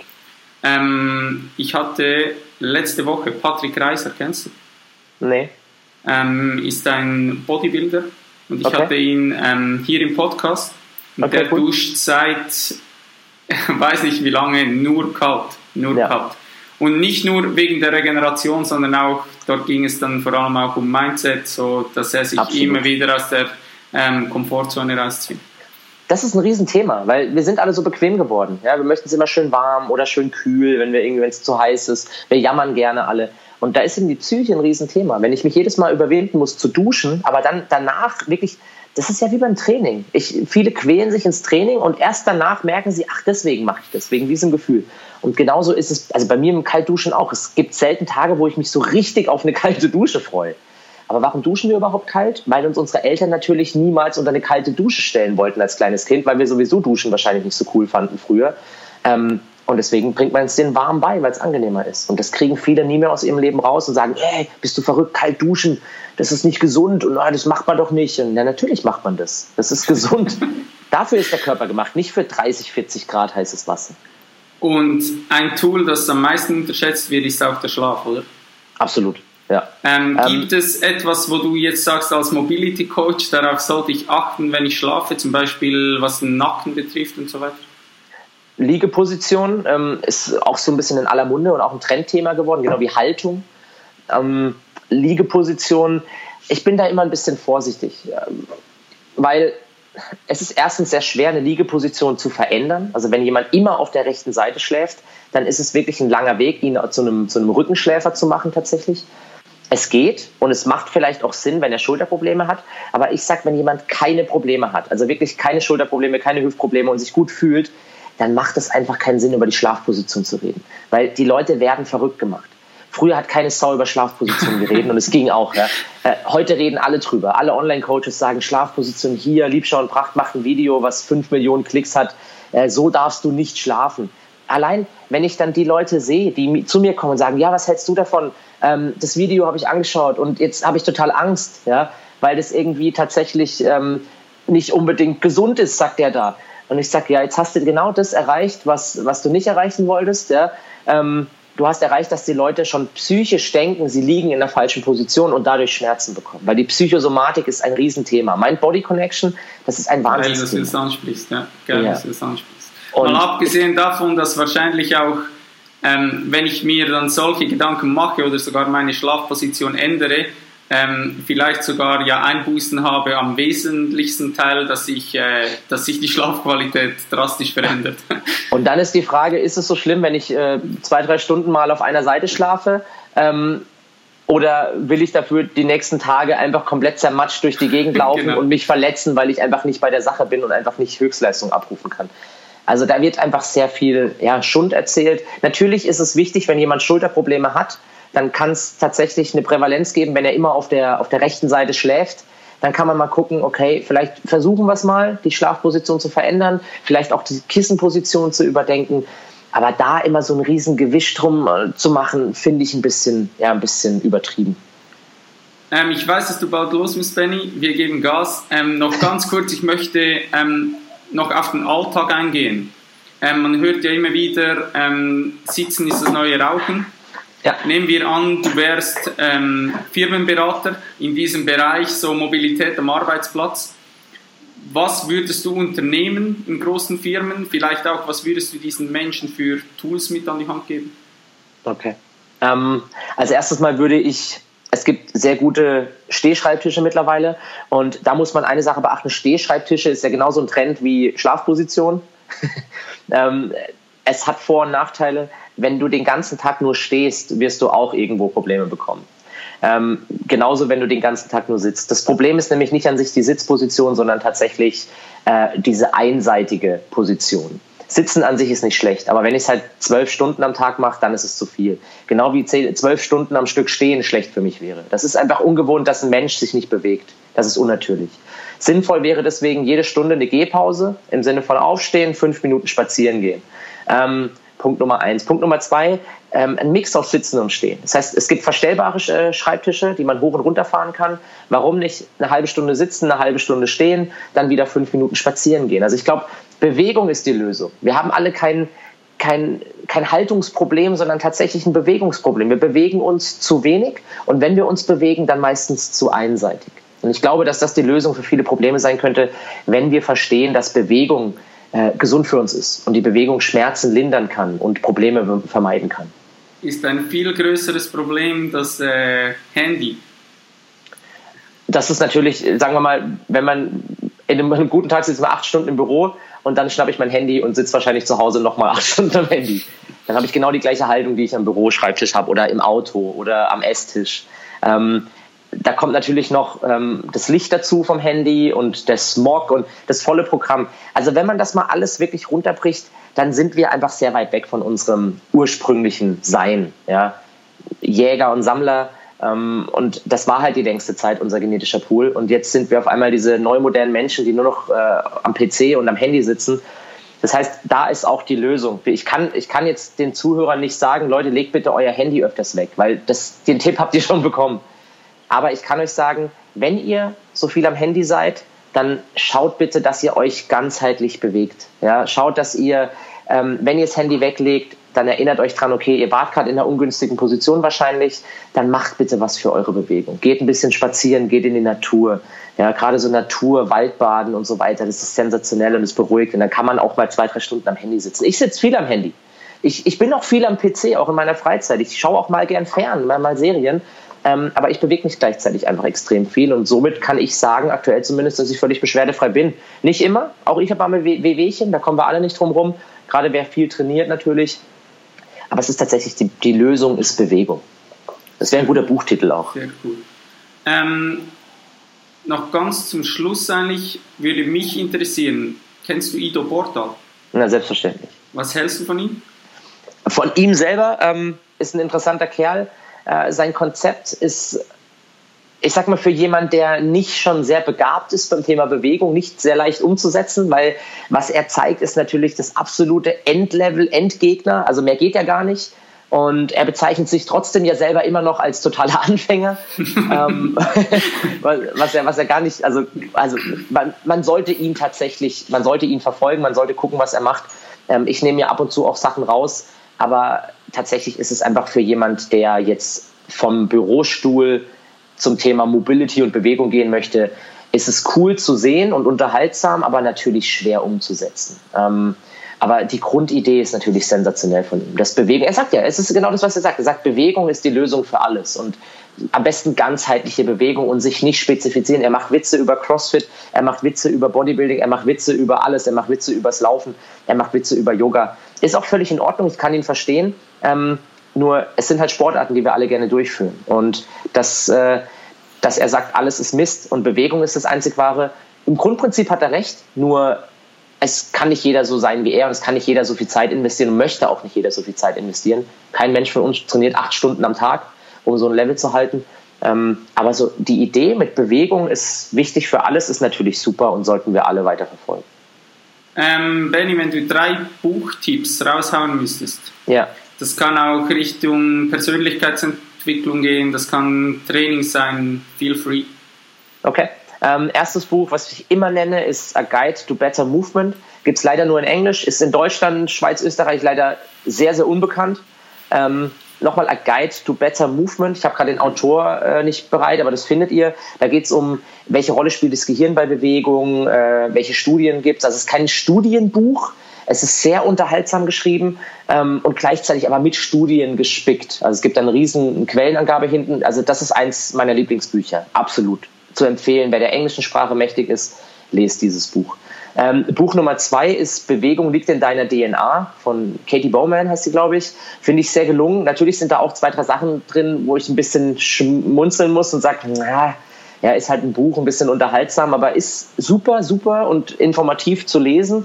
Ich hatte letzte Woche Patrick Reiser, kennst du? Nee. Ist ein Bodybuilder und ich hatte ihn hier im Podcast und der duscht seit weiß nicht wie lange nur kalt. Kalt. Und nicht nur wegen der Regeneration, sondern auch, dort ging es dann vor allem auch um Mindset, so dass er sich immer wieder aus der Komfortzone rauszieht. Das ist ein Riesenthema, weil wir sind alle so bequem geworden. Ja, wir möchten es immer schön warm oder schön kühl, wenn es zu heiß ist. Wir jammern gerne alle. Und da ist eben die Psyche ein Riesenthema. Wenn ich mich jedes Mal überwinden muss zu duschen, aber dann danach wirklich, das ist ja wie beim Training. Viele quälen sich ins Training und erst danach merken sie, ach, deswegen mache ich das, wegen diesem Gefühl. Und genauso ist es, also bei mir im Kaltduschen auch. Es gibt selten Tage, wo ich mich so richtig auf eine kalte Dusche freue. Aber warum duschen wir überhaupt kalt? Weil uns unsere Eltern natürlich niemals unter eine kalte Dusche stellen wollten als kleines Kind, weil wir sowieso Duschen wahrscheinlich nicht so cool fanden früher. Und deswegen bringt man es denen warm bei, weil es angenehmer ist. Und das kriegen viele nie mehr aus ihrem Leben raus und sagen, hey, bist du verrückt, kalt duschen, das ist nicht gesund und das macht man doch nicht. Und ja, natürlich macht man das. Das ist gesund. Dafür ist der Körper gemacht, nicht für 30, 40 Grad heißes Wasser. Und ein Tool, das am meisten unterschätzt wird, ist auch der Schlaf, oder? Absolut. Ja. Gibt es etwas, wo du jetzt sagst, als Mobility Coach, darauf sollte ich achten, wenn ich schlafe, zum Beispiel was den Nacken betrifft und so weiter? Liegeposition ist auch so ein bisschen in aller Munde und auch ein Trendthema geworden, genau wie Haltung. Liegeposition, ich bin da immer ein bisschen vorsichtig, weil es ist erstens sehr schwer, eine Liegeposition zu verändern. Also wenn jemand immer auf der rechten Seite schläft, dann ist es wirklich ein langer Weg, ihn zu einem Rückenschläfer zu machen tatsächlich. Es geht und es macht vielleicht auch Sinn, wenn er Schulterprobleme hat. Aber ich sage, wenn jemand keine Probleme hat, also wirklich keine Schulterprobleme, keine Hüftprobleme und sich gut fühlt, dann macht es einfach keinen Sinn, über die Schlafposition zu reden. Weil die Leute werden verrückt gemacht. Früher hat keine Sau über Schlafposition geredet und es ging auch. Ja. Heute reden alle drüber. Alle Online-Coaches sagen, Schlafposition hier, Liebschau und Pracht macht ein Video, was 5 Millionen Klicks hat. So darfst du nicht schlafen. Allein, wenn ich dann die Leute sehe, die zu mir kommen und sagen, ja, was hältst du davon? Das Video habe ich angeschaut und jetzt habe ich total Angst, ja, weil das irgendwie tatsächlich nicht unbedingt gesund ist, sagt der da. Und ich sage, ja, jetzt hast du genau das erreicht, was du nicht erreichen wolltest. Ja. du hast erreicht, dass die Leute schon psychisch denken, sie liegen in der falschen Position und dadurch Schmerzen bekommen. Weil die Psychosomatik ist ein Riesenthema. Mind-Body-Connection, das ist ein Wahnsinnsthema. Geil, dass du das ansprichst. Ja. Geil, dass du das ansprichst. Mal abgesehen davon, dass wahrscheinlich auch, wenn ich mir dann solche Gedanken mache oder sogar meine Schlafposition ändere, vielleicht sogar ja Einbußen habe am wesentlichsten Teil, dass sich die Schlafqualität drastisch verändert. Und dann ist die Frage, ist es so schlimm, wenn ich 2-3 Stunden mal auf einer Seite schlafe? Oder will ich dafür die nächsten Tage einfach komplett zermatscht durch die Gegend laufen und mich verletzen, weil ich einfach nicht bei der Sache bin und einfach nicht Höchstleistung abrufen kann? Also da wird einfach sehr viel Schund erzählt. Natürlich ist es wichtig, wenn jemand Schulterprobleme hat, dann kann es tatsächlich eine Prävalenz geben, wenn er immer auf der rechten Seite schläft. Dann kann man mal gucken, okay, vielleicht versuchen wir es mal, die Schlafposition zu verändern, vielleicht auch die Kissenposition zu überdenken. Aber da immer so ein riesen Gewicht drum zu machen, finde ich ein bisschen übertrieben. Ich weiß, dass du bald los musst, Benny. Wir geben Gas. Noch ganz kurz, ich möchte noch auf den Alltag eingehen. Man hört ja immer wieder, Sitzen ist das neue Rauchen. Ja. Nehmen wir an, du wärst Firmenberater in diesem Bereich, so Mobilität am Arbeitsplatz. Was würdest du unternehmen in großen Firmen? Vielleicht auch, was würdest du diesen Menschen für Tools mit an die Hand geben? Okay. Als erstes mal es gibt sehr gute Stehschreibtische mittlerweile und da muss man eine Sache beachten, Stehschreibtische ist ja genauso ein Trend wie Schlafposition. Es hat Vor- und Nachteile. Wenn du den ganzen Tag nur stehst, wirst du auch irgendwo Probleme bekommen. Genauso, wenn du den ganzen Tag nur sitzt. Das Problem ist nämlich nicht an sich die Sitzposition, sondern tatsächlich diese einseitige Position. Sitzen an sich ist nicht schlecht, aber wenn ich es halt 12 Stunden am Tag mache, dann ist es zu viel. Genau wie 12 Stunden am Stück stehen schlecht für mich wäre. Das ist einfach ungewohnt, dass ein Mensch sich nicht bewegt. Das ist unnatürlich. Sinnvoll wäre deswegen jede Stunde eine Gehpause im Sinne von aufstehen, 5 Minuten spazieren gehen. Punkt Nummer 1. Punkt Nummer 2, ein Mix aus Sitzen und Stehen. Das heißt, es gibt verstellbare Schreibtische, die man hoch und runter fahren kann. Warum nicht eine halbe Stunde sitzen, eine halbe Stunde stehen, dann wieder 5 Minuten spazieren gehen? Also ich glaube, Bewegung ist die Lösung. Wir haben alle kein Haltungsproblem, sondern tatsächlich ein Bewegungsproblem. Wir bewegen uns zu wenig und wenn wir uns bewegen, dann meistens zu einseitig. Und ich glaube, dass das die Lösung für viele Probleme sein könnte, wenn wir verstehen, dass Bewegung gesund für uns ist und die Bewegung Schmerzen lindern kann und Probleme vermeiden kann. Ist ein viel größeres Problem das Handy? Das ist natürlich, sagen wir mal, wenn man in einem guten Tag sitzt, 8 Stunden im Büro und dann schnappe ich mein Handy und sitze wahrscheinlich zu Hause nochmal 8 Stunden am Handy. Dann habe ich genau die gleiche Haltung, die ich am Büroschreibtisch habe oder im Auto oder am Esstisch. Da kommt natürlich noch das Licht dazu vom Handy und der Smog und das volle Programm. Also wenn man das mal alles wirklich runterbricht, dann sind wir einfach sehr weit weg von unserem ursprünglichen Sein. Ja? Jäger und Sammler. Und das war halt die längste Zeit unser genetischer Pool. Und jetzt sind wir auf einmal diese neumodernen Menschen, die nur noch am PC und am Handy sitzen. Das heißt, da ist auch die Lösung. Ich kann jetzt den Zuhörern nicht sagen, Leute, legt bitte euer Handy öfters weg, weil den Tipp habt ihr schon bekommen. Aber ich kann euch sagen, wenn ihr so viel am Handy seid, dann schaut bitte, dass ihr euch ganzheitlich bewegt. Ja, schaut, dass ihr, wenn ihr das Handy weglegt, dann erinnert euch dran, okay, ihr wart gerade in einer ungünstigen Position wahrscheinlich, dann macht bitte was für eure Bewegung. Geht ein bisschen spazieren, geht in die Natur. Ja, gerade so Natur, Waldbaden und so weiter, das ist sensationell und es beruhigt. Und dann kann man auch mal 2-3 Stunden am Handy sitzen. Ich sitze viel am Handy. Ich bin auch viel am PC, auch in meiner Freizeit. Ich schaue auch mal gern fern, mal Serien. Aber ich bewege mich gleichzeitig einfach extrem viel und somit kann ich sagen, aktuell zumindest, dass ich völlig beschwerdefrei bin. Nicht immer, auch ich habe mal Wehwehchen, da kommen wir alle nicht drum rum, gerade wer viel trainiert natürlich, aber es ist tatsächlich, die Lösung ist Bewegung. Das wäre ein guter Buchtitel auch. Sehr cool. Noch ganz zum Schluss eigentlich würde mich interessieren, kennst du Ido Portal? Na, selbstverständlich. Was hältst du von ihm? Von ihm selber ist ein interessanter Kerl. Sein Konzept ist, ich sag mal, für jemanden, der nicht schon sehr begabt ist beim Thema Bewegung, nicht sehr leicht umzusetzen, weil was er zeigt, ist natürlich das absolute Endlevel-Endgegner, also mehr geht ja gar nicht. Und er bezeichnet sich trotzdem ja selber immer noch als totaler Anfänger, was er gar nicht, also man sollte ihn verfolgen, man sollte gucken, was er macht. Ich nehme ja ab und zu auch Sachen raus, aber tatsächlich ist es einfach für jemand, der jetzt vom Bürostuhl zum Thema Mobility und Bewegung gehen möchte, ist es cool zu sehen und unterhaltsam, aber natürlich schwer umzusetzen. Aber die Grundidee ist natürlich sensationell von ihm. Das Bewegen, er sagt ja, es ist genau das, was er sagt. Er sagt, Bewegung ist die Lösung für alles und am besten ganzheitliche Bewegung und sich nicht spezifizieren. Er macht Witze über CrossFit, er macht Witze über Bodybuilding, er macht Witze über alles, er macht Witze übers Laufen, er macht Witze über Yoga. Ist auch völlig in Ordnung, ich kann ihn verstehen. Nur es sind halt Sportarten, die wir alle gerne durchführen. Und dass er sagt, alles ist Mist und Bewegung ist das einzig Wahre. Im Grundprinzip hat er recht, nur es kann nicht jeder so sein wie er und es kann nicht jeder so viel Zeit investieren und möchte auch nicht jeder so viel Zeit investieren. Kein Mensch von uns trainiert 8 Stunden am Tag, um so ein Level zu halten. Aber so die Idee mit Bewegung ist wichtig für alles, ist natürlich super und sollten wir alle weiterverfolgen. Benny, wenn du 3 Buchtipps raushauen müsstest, ja. Das kann auch Richtung Persönlichkeitsentwicklung gehen, das kann Training sein, feel free. Okay. Erstes Buch, was ich immer nenne, ist A Guide to Better Movement. Gibt es leider nur in Englisch, ist in Deutschland, Schweiz, Österreich leider sehr, sehr unbekannt. Nochmal A Guide to Better Movement. Ich habe gerade den Autor nicht bereit, aber das findet ihr. Da geht es um, welche Rolle spielt das Gehirn bei Bewegung, welche Studien gibt es. Also es ist kein Studienbuch, es ist sehr unterhaltsam geschrieben und gleichzeitig aber mit Studien gespickt. Also es gibt eine riesen Quellenangabe hinten. Also das ist eins meiner Lieblingsbücher, absolut zu empfehlen. Wer der englischen Sprache mächtig ist, lest dieses Buch. Buch Nummer 2 ist Bewegung liegt in deiner DNA von Katie Bowman, heißt sie, glaube ich. Finde ich sehr gelungen. Natürlich sind da auch 2, 3 Sachen drin, wo ich ein bisschen schmunzeln muss und sage, ja, ist halt ein Buch, ein bisschen unterhaltsam, aber ist super, super und informativ zu lesen.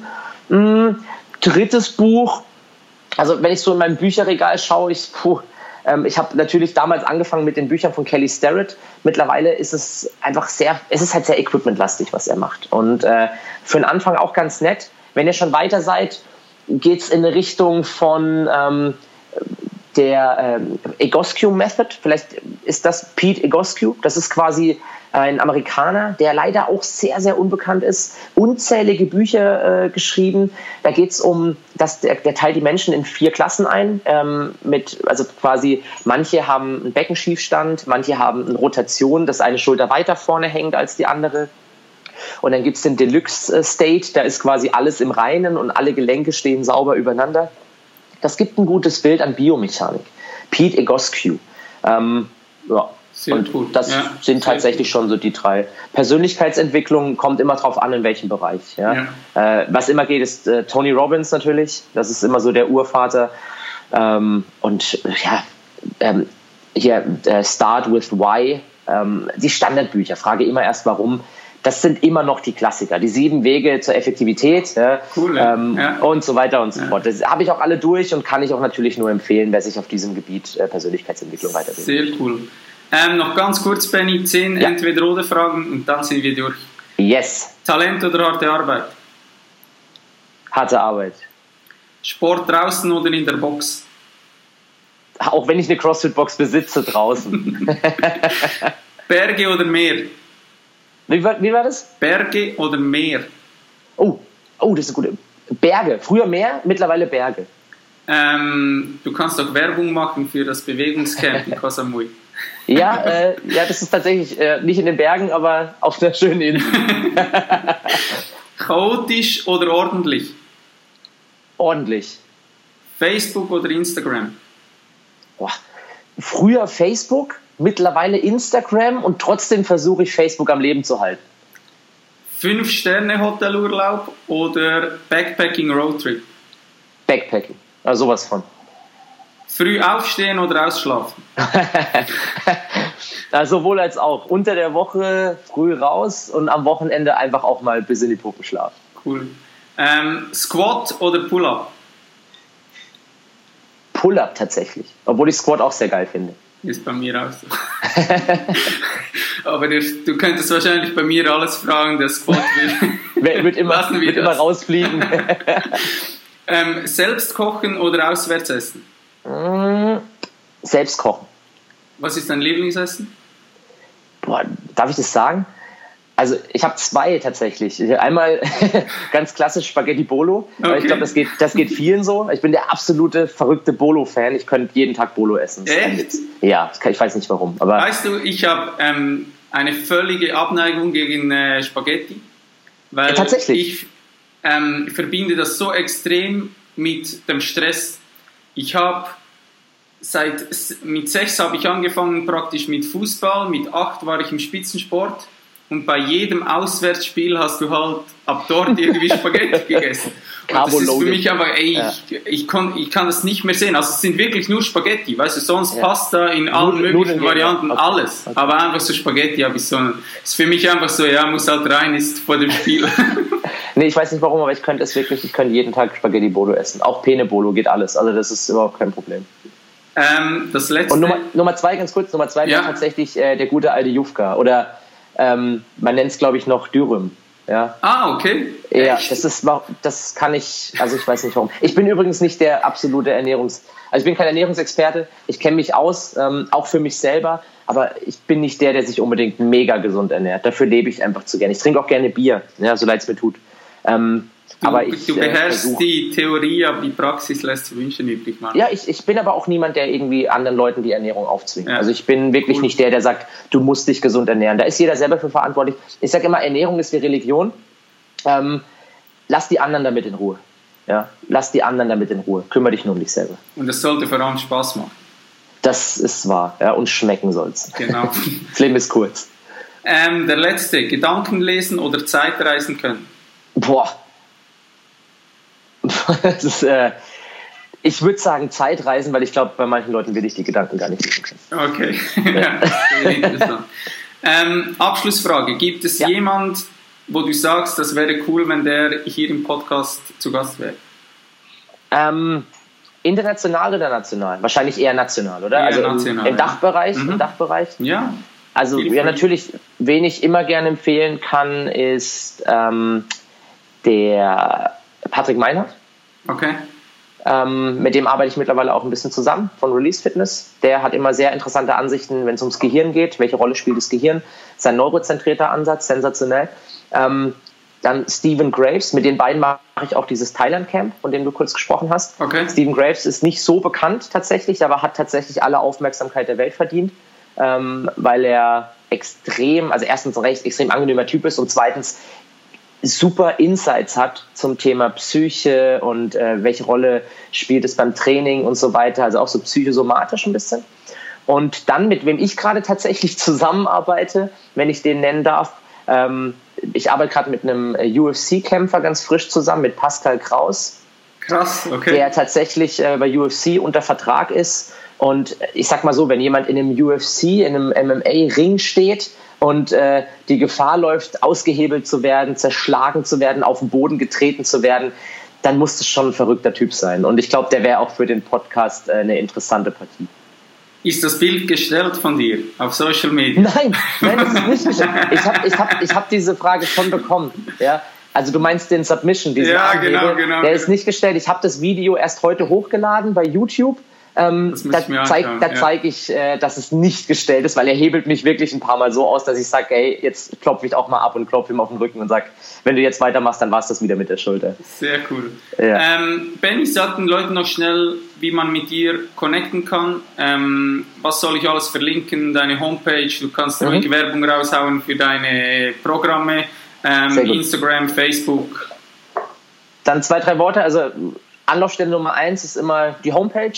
Drittes Buch, also wenn ich so in meinem Bücherregal schaue, ich habe natürlich damals angefangen mit den Büchern von Kelly Starrett. Mittlerweile ist es einfach es ist halt sehr equipmentlastig, was er macht. Und für den Anfang auch ganz nett. Wenn ihr schon weiter seid, geht es in eine Richtung von der Egoscue Method. Vielleicht ist das Pete Egoscue. Das ist quasi ein Amerikaner, der leider auch sehr, sehr unbekannt ist. Unzählige Bücher geschrieben. Da geht es um, der teilt die Menschen in 4 Klassen ein. Also quasi, manche haben einen Beckenschiefstand, manche haben eine Rotation, dass eine Schulter weiter vorne hängt als die andere. Und dann gibt es den Deluxe State, da ist quasi alles im Reinen und alle Gelenke stehen sauber übereinander. Das gibt ein gutes Bild an Biomechanik. Pete Egoscue. Ja. Sehr und gut. Das sind tatsächlich schon so die 3. Persönlichkeitsentwicklung kommt immer drauf an, in welchem Bereich. Ja? Was immer geht, ist Tony Robbins natürlich. Das ist immer so der Urvater. Start with Why. Die Standardbücher. Frage immer erst, warum. Das sind immer noch die Klassiker. Die 7 Wege zur Effektivität cool, und so weiter und so fort. Das habe ich auch alle durch und kann ich auch natürlich nur empfehlen, wer sich auf diesem Gebiet Persönlichkeitsentwicklung weiterbildet. Sehr cool. Noch ganz kurz, Benny, 10 Entweder-oder-Fragen und dann sind wir durch. Yes. Talent oder harte Arbeit? Harte Arbeit. Sport draußen oder in der Box? Auch wenn ich eine CrossFit-Box besitze, draußen. Berge oder Meer? Wie war das? Berge oder Meer? Oh, das ist gut. Berge. Früher Meer, mittlerweile Berge. Du kannst auch Werbung machen für das Bewegungscamp in Koh Samui. Ja, das ist tatsächlich nicht in den Bergen, aber auf einer schönen Insel. Chaotisch oder ordentlich? Ordentlich. Facebook oder Instagram? Früher Facebook, mittlerweile Instagram und trotzdem versuche ich Facebook am Leben zu halten. 5-Sterne-Hotelurlaub oder Backpacking-Roadtrip? Backpacking, also sowas von. Früh aufstehen oder ausschlafen? Sowohl als auch. Unter der Woche früh raus und am Wochenende einfach auch mal bis in die Puppen schlafen. Cool. Squat oder Pull-Up? Pull-Up tatsächlich. Obwohl ich Squat auch sehr geil finde. Ist bei mir auch so. Aber du könntest wahrscheinlich bei mir alles fragen, der Squat wird immer rausfliegen. Selbst kochen oder auswärts essen? Selbst kochen. Was ist dein Lieblingsessen? Darf ich das sagen? Also ich habe 2 tatsächlich. Einmal ganz klassisch Spaghetti Bolo. Okay. Ich glaube, das geht vielen so. Ich bin der absolute verrückte Bolo-Fan. Ich könnte jeden Tag Bolo essen. Echt? Ja, ich weiß nicht warum. Aber weißt du, ich habe eine völlige Abneigung gegen Spaghetti. Weil tatsächlich. ich verbinde das so extrem mit dem Stress. Ich habe mit 6 habe ich angefangen praktisch mit Fußball, mit 8 war ich im Spitzensport und bei jedem Auswärtsspiel hast du halt ab dort irgendwie Spaghetti gegessen. Und das ist für mich aber, ich kann das nicht mehr sehen. Also es sind wirklich nur Spaghetti, weißt du, sonst Pasta in allen möglichen Varianten, okay. Alles. Okay. Aber einfach so Spaghetti habe ich so, ist für mich einfach so, ja, muss halt rein, ist vor dem Spiel. Nee, ich weiß nicht warum, aber ich könnte jeden Tag Spaghetti Bolo essen. Auch Penne Bolo geht alles, also das ist überhaupt kein Problem. Das letzte. Und Nummer 2, ganz kurz, Nummer 2 wäre tatsächlich der gute alte Jufka. Oder man nennt es, glaube ich, noch Dürüm. Ja. Okay. Ja, das kann ich, also ich weiß nicht warum. Ich bin übrigens nicht der absolute also ich bin kein Ernährungsexperte, ich kenne mich aus, auch für mich selber, aber ich bin nicht der sich unbedingt mega gesund ernährt. Dafür lebe ich einfach zu gerne. Ich trinke auch gerne Bier, ja, so leid es mir tut. Du beherrschst die Theorie, aber die Praxis lässt zu wünschen übrig. Mann. Ja, ich bin aber auch niemand, der irgendwie anderen Leuten die Ernährung aufzwingt. Ja. Also ich bin wirklich nicht der sagt, du musst dich gesund ernähren. Da ist jeder selber für verantwortlich. Ich sage immer, Ernährung ist wie Religion. Lass die anderen damit in Ruhe. Ja? Lass die anderen damit in Ruhe. Kümmere dich nur um dich selber. Und es sollte vor allem Spaß machen. Das ist wahr. Ja? Und schmecken soll's. Genau. Das Leben ist kurz. Der letzte, Gedanken lesen oder Zeitreisen können. Boah. Das ist, ich würde sagen Zeitreisen, weil ich glaube, bei manchen Leuten will ich die Gedanken gar nicht lesen können. Okay, ja, das ist interessant. Abschlussfrage, gibt es jemand, wo du sagst, das wäre cool, wenn der hier im Podcast zu Gast wäre? International oder national? Wahrscheinlich eher national, oder? Eher also national, im Dachbereich? Mhm. Im Dachbereich? Ja. Also natürlich, wen ich immer gerne empfehlen kann, ist der Patrick Meinhardt. Okay. Mit dem arbeite ich mittlerweile auch ein bisschen zusammen von Release Fitness. Der hat immer sehr interessante Ansichten, wenn es ums Gehirn geht. Welche Rolle spielt das Gehirn? Sein neurozentrierter Ansatz, sensationell. Dann Stephen Graves, mit den beiden mache ich auch dieses Thailand-Camp, von dem du kurz gesprochen hast. Okay. Stephen Graves ist nicht so bekannt tatsächlich, aber hat tatsächlich alle Aufmerksamkeit der Welt verdient, weil er erstens ein recht extrem angenehmer Typ ist und zweitens super Insights hat zum Thema Psyche und welche Rolle spielt es beim Training und so weiter, also auch so psychosomatisch ein bisschen. Und dann, mit wem ich gerade tatsächlich zusammenarbeite, wenn ich den nennen darf, ich arbeite gerade mit einem UFC-Kämpfer ganz frisch zusammen, mit Pascal Kraus. Krass, okay. Der tatsächlich bei UFC unter Vertrag ist. Und ich sag mal so, wenn jemand in einem UFC, in einem MMA-Ring steht und die Gefahr läuft, ausgehebelt zu werden, zerschlagen zu werden, auf den Boden getreten zu werden, dann muss es schon ein verrückter Typ sein. Und ich glaube, der wäre auch für den Podcast eine interessante Partie. Ist das Bild gestellt von dir auf Social Media? Nein, das ist nicht gestellt. Ich hab diese Frage schon bekommen. Ja? Also du meinst den Submission, diesen genau. Der ist nicht gestellt. Ich habe das Video erst heute hochgeladen bei YouTube. Da zeige ich, dass es nicht gestellt ist, weil er hebelt mich wirklich ein paar Mal so aus, dass ich sage, ey, jetzt klopfe ich auch mal ab und klopfe ihm auf den Rücken und sage, wenn du jetzt weitermachst, dann war es das wieder mit der Schulter. Sehr cool. Ja. Benny, sag den Leuten noch schnell, wie man mit dir connecten kann. Was soll ich alles verlinken? Deine Homepage, du kannst ruhig Werbung raushauen für deine Programme, Instagram, Facebook. Dann 2-3 Worte, also Anlaufstelle Nummer 1 ist immer die Homepage,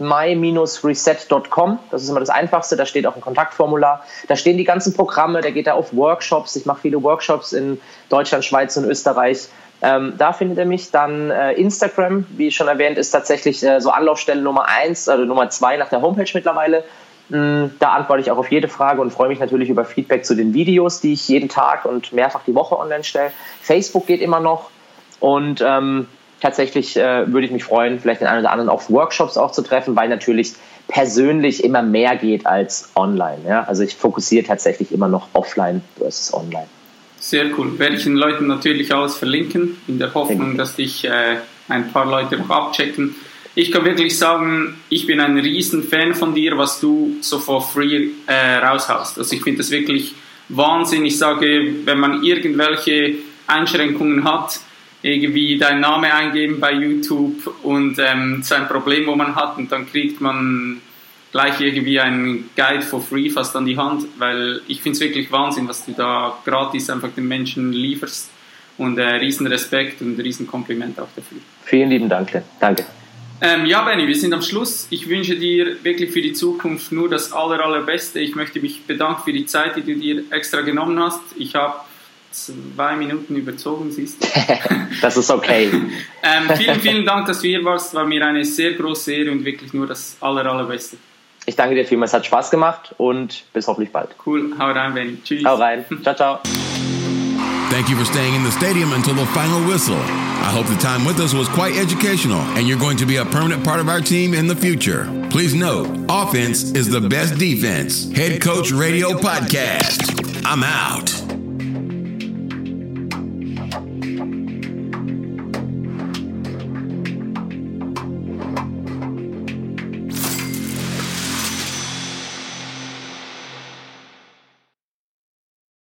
my-reset.com. Das ist immer das Einfachste. Da steht auch ein Kontaktformular. Da stehen die ganzen Programme. Da geht er auf Workshops. Ich mache viele Workshops in Deutschland, Schweiz und Österreich. Da findet er mich. Dann Instagram, wie schon erwähnt, ist tatsächlich so Anlaufstelle Nummer 1, also Nummer 2 nach der Homepage mittlerweile. Da antworte ich auch auf jede Frage und freue mich natürlich über Feedback zu den Videos, die ich jeden Tag und mehrfach die Woche online stelle. Facebook geht immer noch und tatsächlich würde ich mich freuen, vielleicht den einen oder anderen auf Workshops auch zu treffen, weil natürlich persönlich immer mehr geht als online. Ja? Also ich fokussiere tatsächlich immer noch offline versus online. Sehr cool. Werde ich den Leuten natürlich alles verlinken, in der Hoffnung, dass dich ein paar Leute noch abchecken. Ich kann wirklich sagen, ich bin ein riesen Fan von dir, was du so for free raushaust. Also ich finde das wirklich Wahnsinn. Ich sage, wenn man irgendwelche Einschränkungen hat, irgendwie deinen Namen eingeben bei YouTube und sein Problem, wo man hat, und dann kriegt man gleich irgendwie einen Guide for free fast an die Hand, weil ich finde es wirklich Wahnsinn, was du da gratis einfach den Menschen lieferst, und riesen Respekt und riesen Kompliment auch dafür. Vielen lieben Dank, danke. Ja, Benny, wir sind am Schluss. Ich wünsche dir wirklich für die Zukunft nur das Allerbeste. Ich möchte mich bedanken für die Zeit, die du dir extra genommen hast. Ich habe 2 Minuten überzogen, siehst du. Das ist okay. Vielen Dank, dass du hier warst. War mir eine sehr große Ehre und wirklich nur das Allerbeste. Ich danke dir vielmals, hat Spaß gemacht und bis hoffentlich bald. Cool, hau rein, Benny. Tschüss. Hau rein. Ciao, ciao. Thank you for staying in the stadium until the final whistle. I hope the time with us was quite educational and you're going to be a permanent part of our team in the future. Please note, offense is the best defense. Head Coach Radio Podcast. I'm out.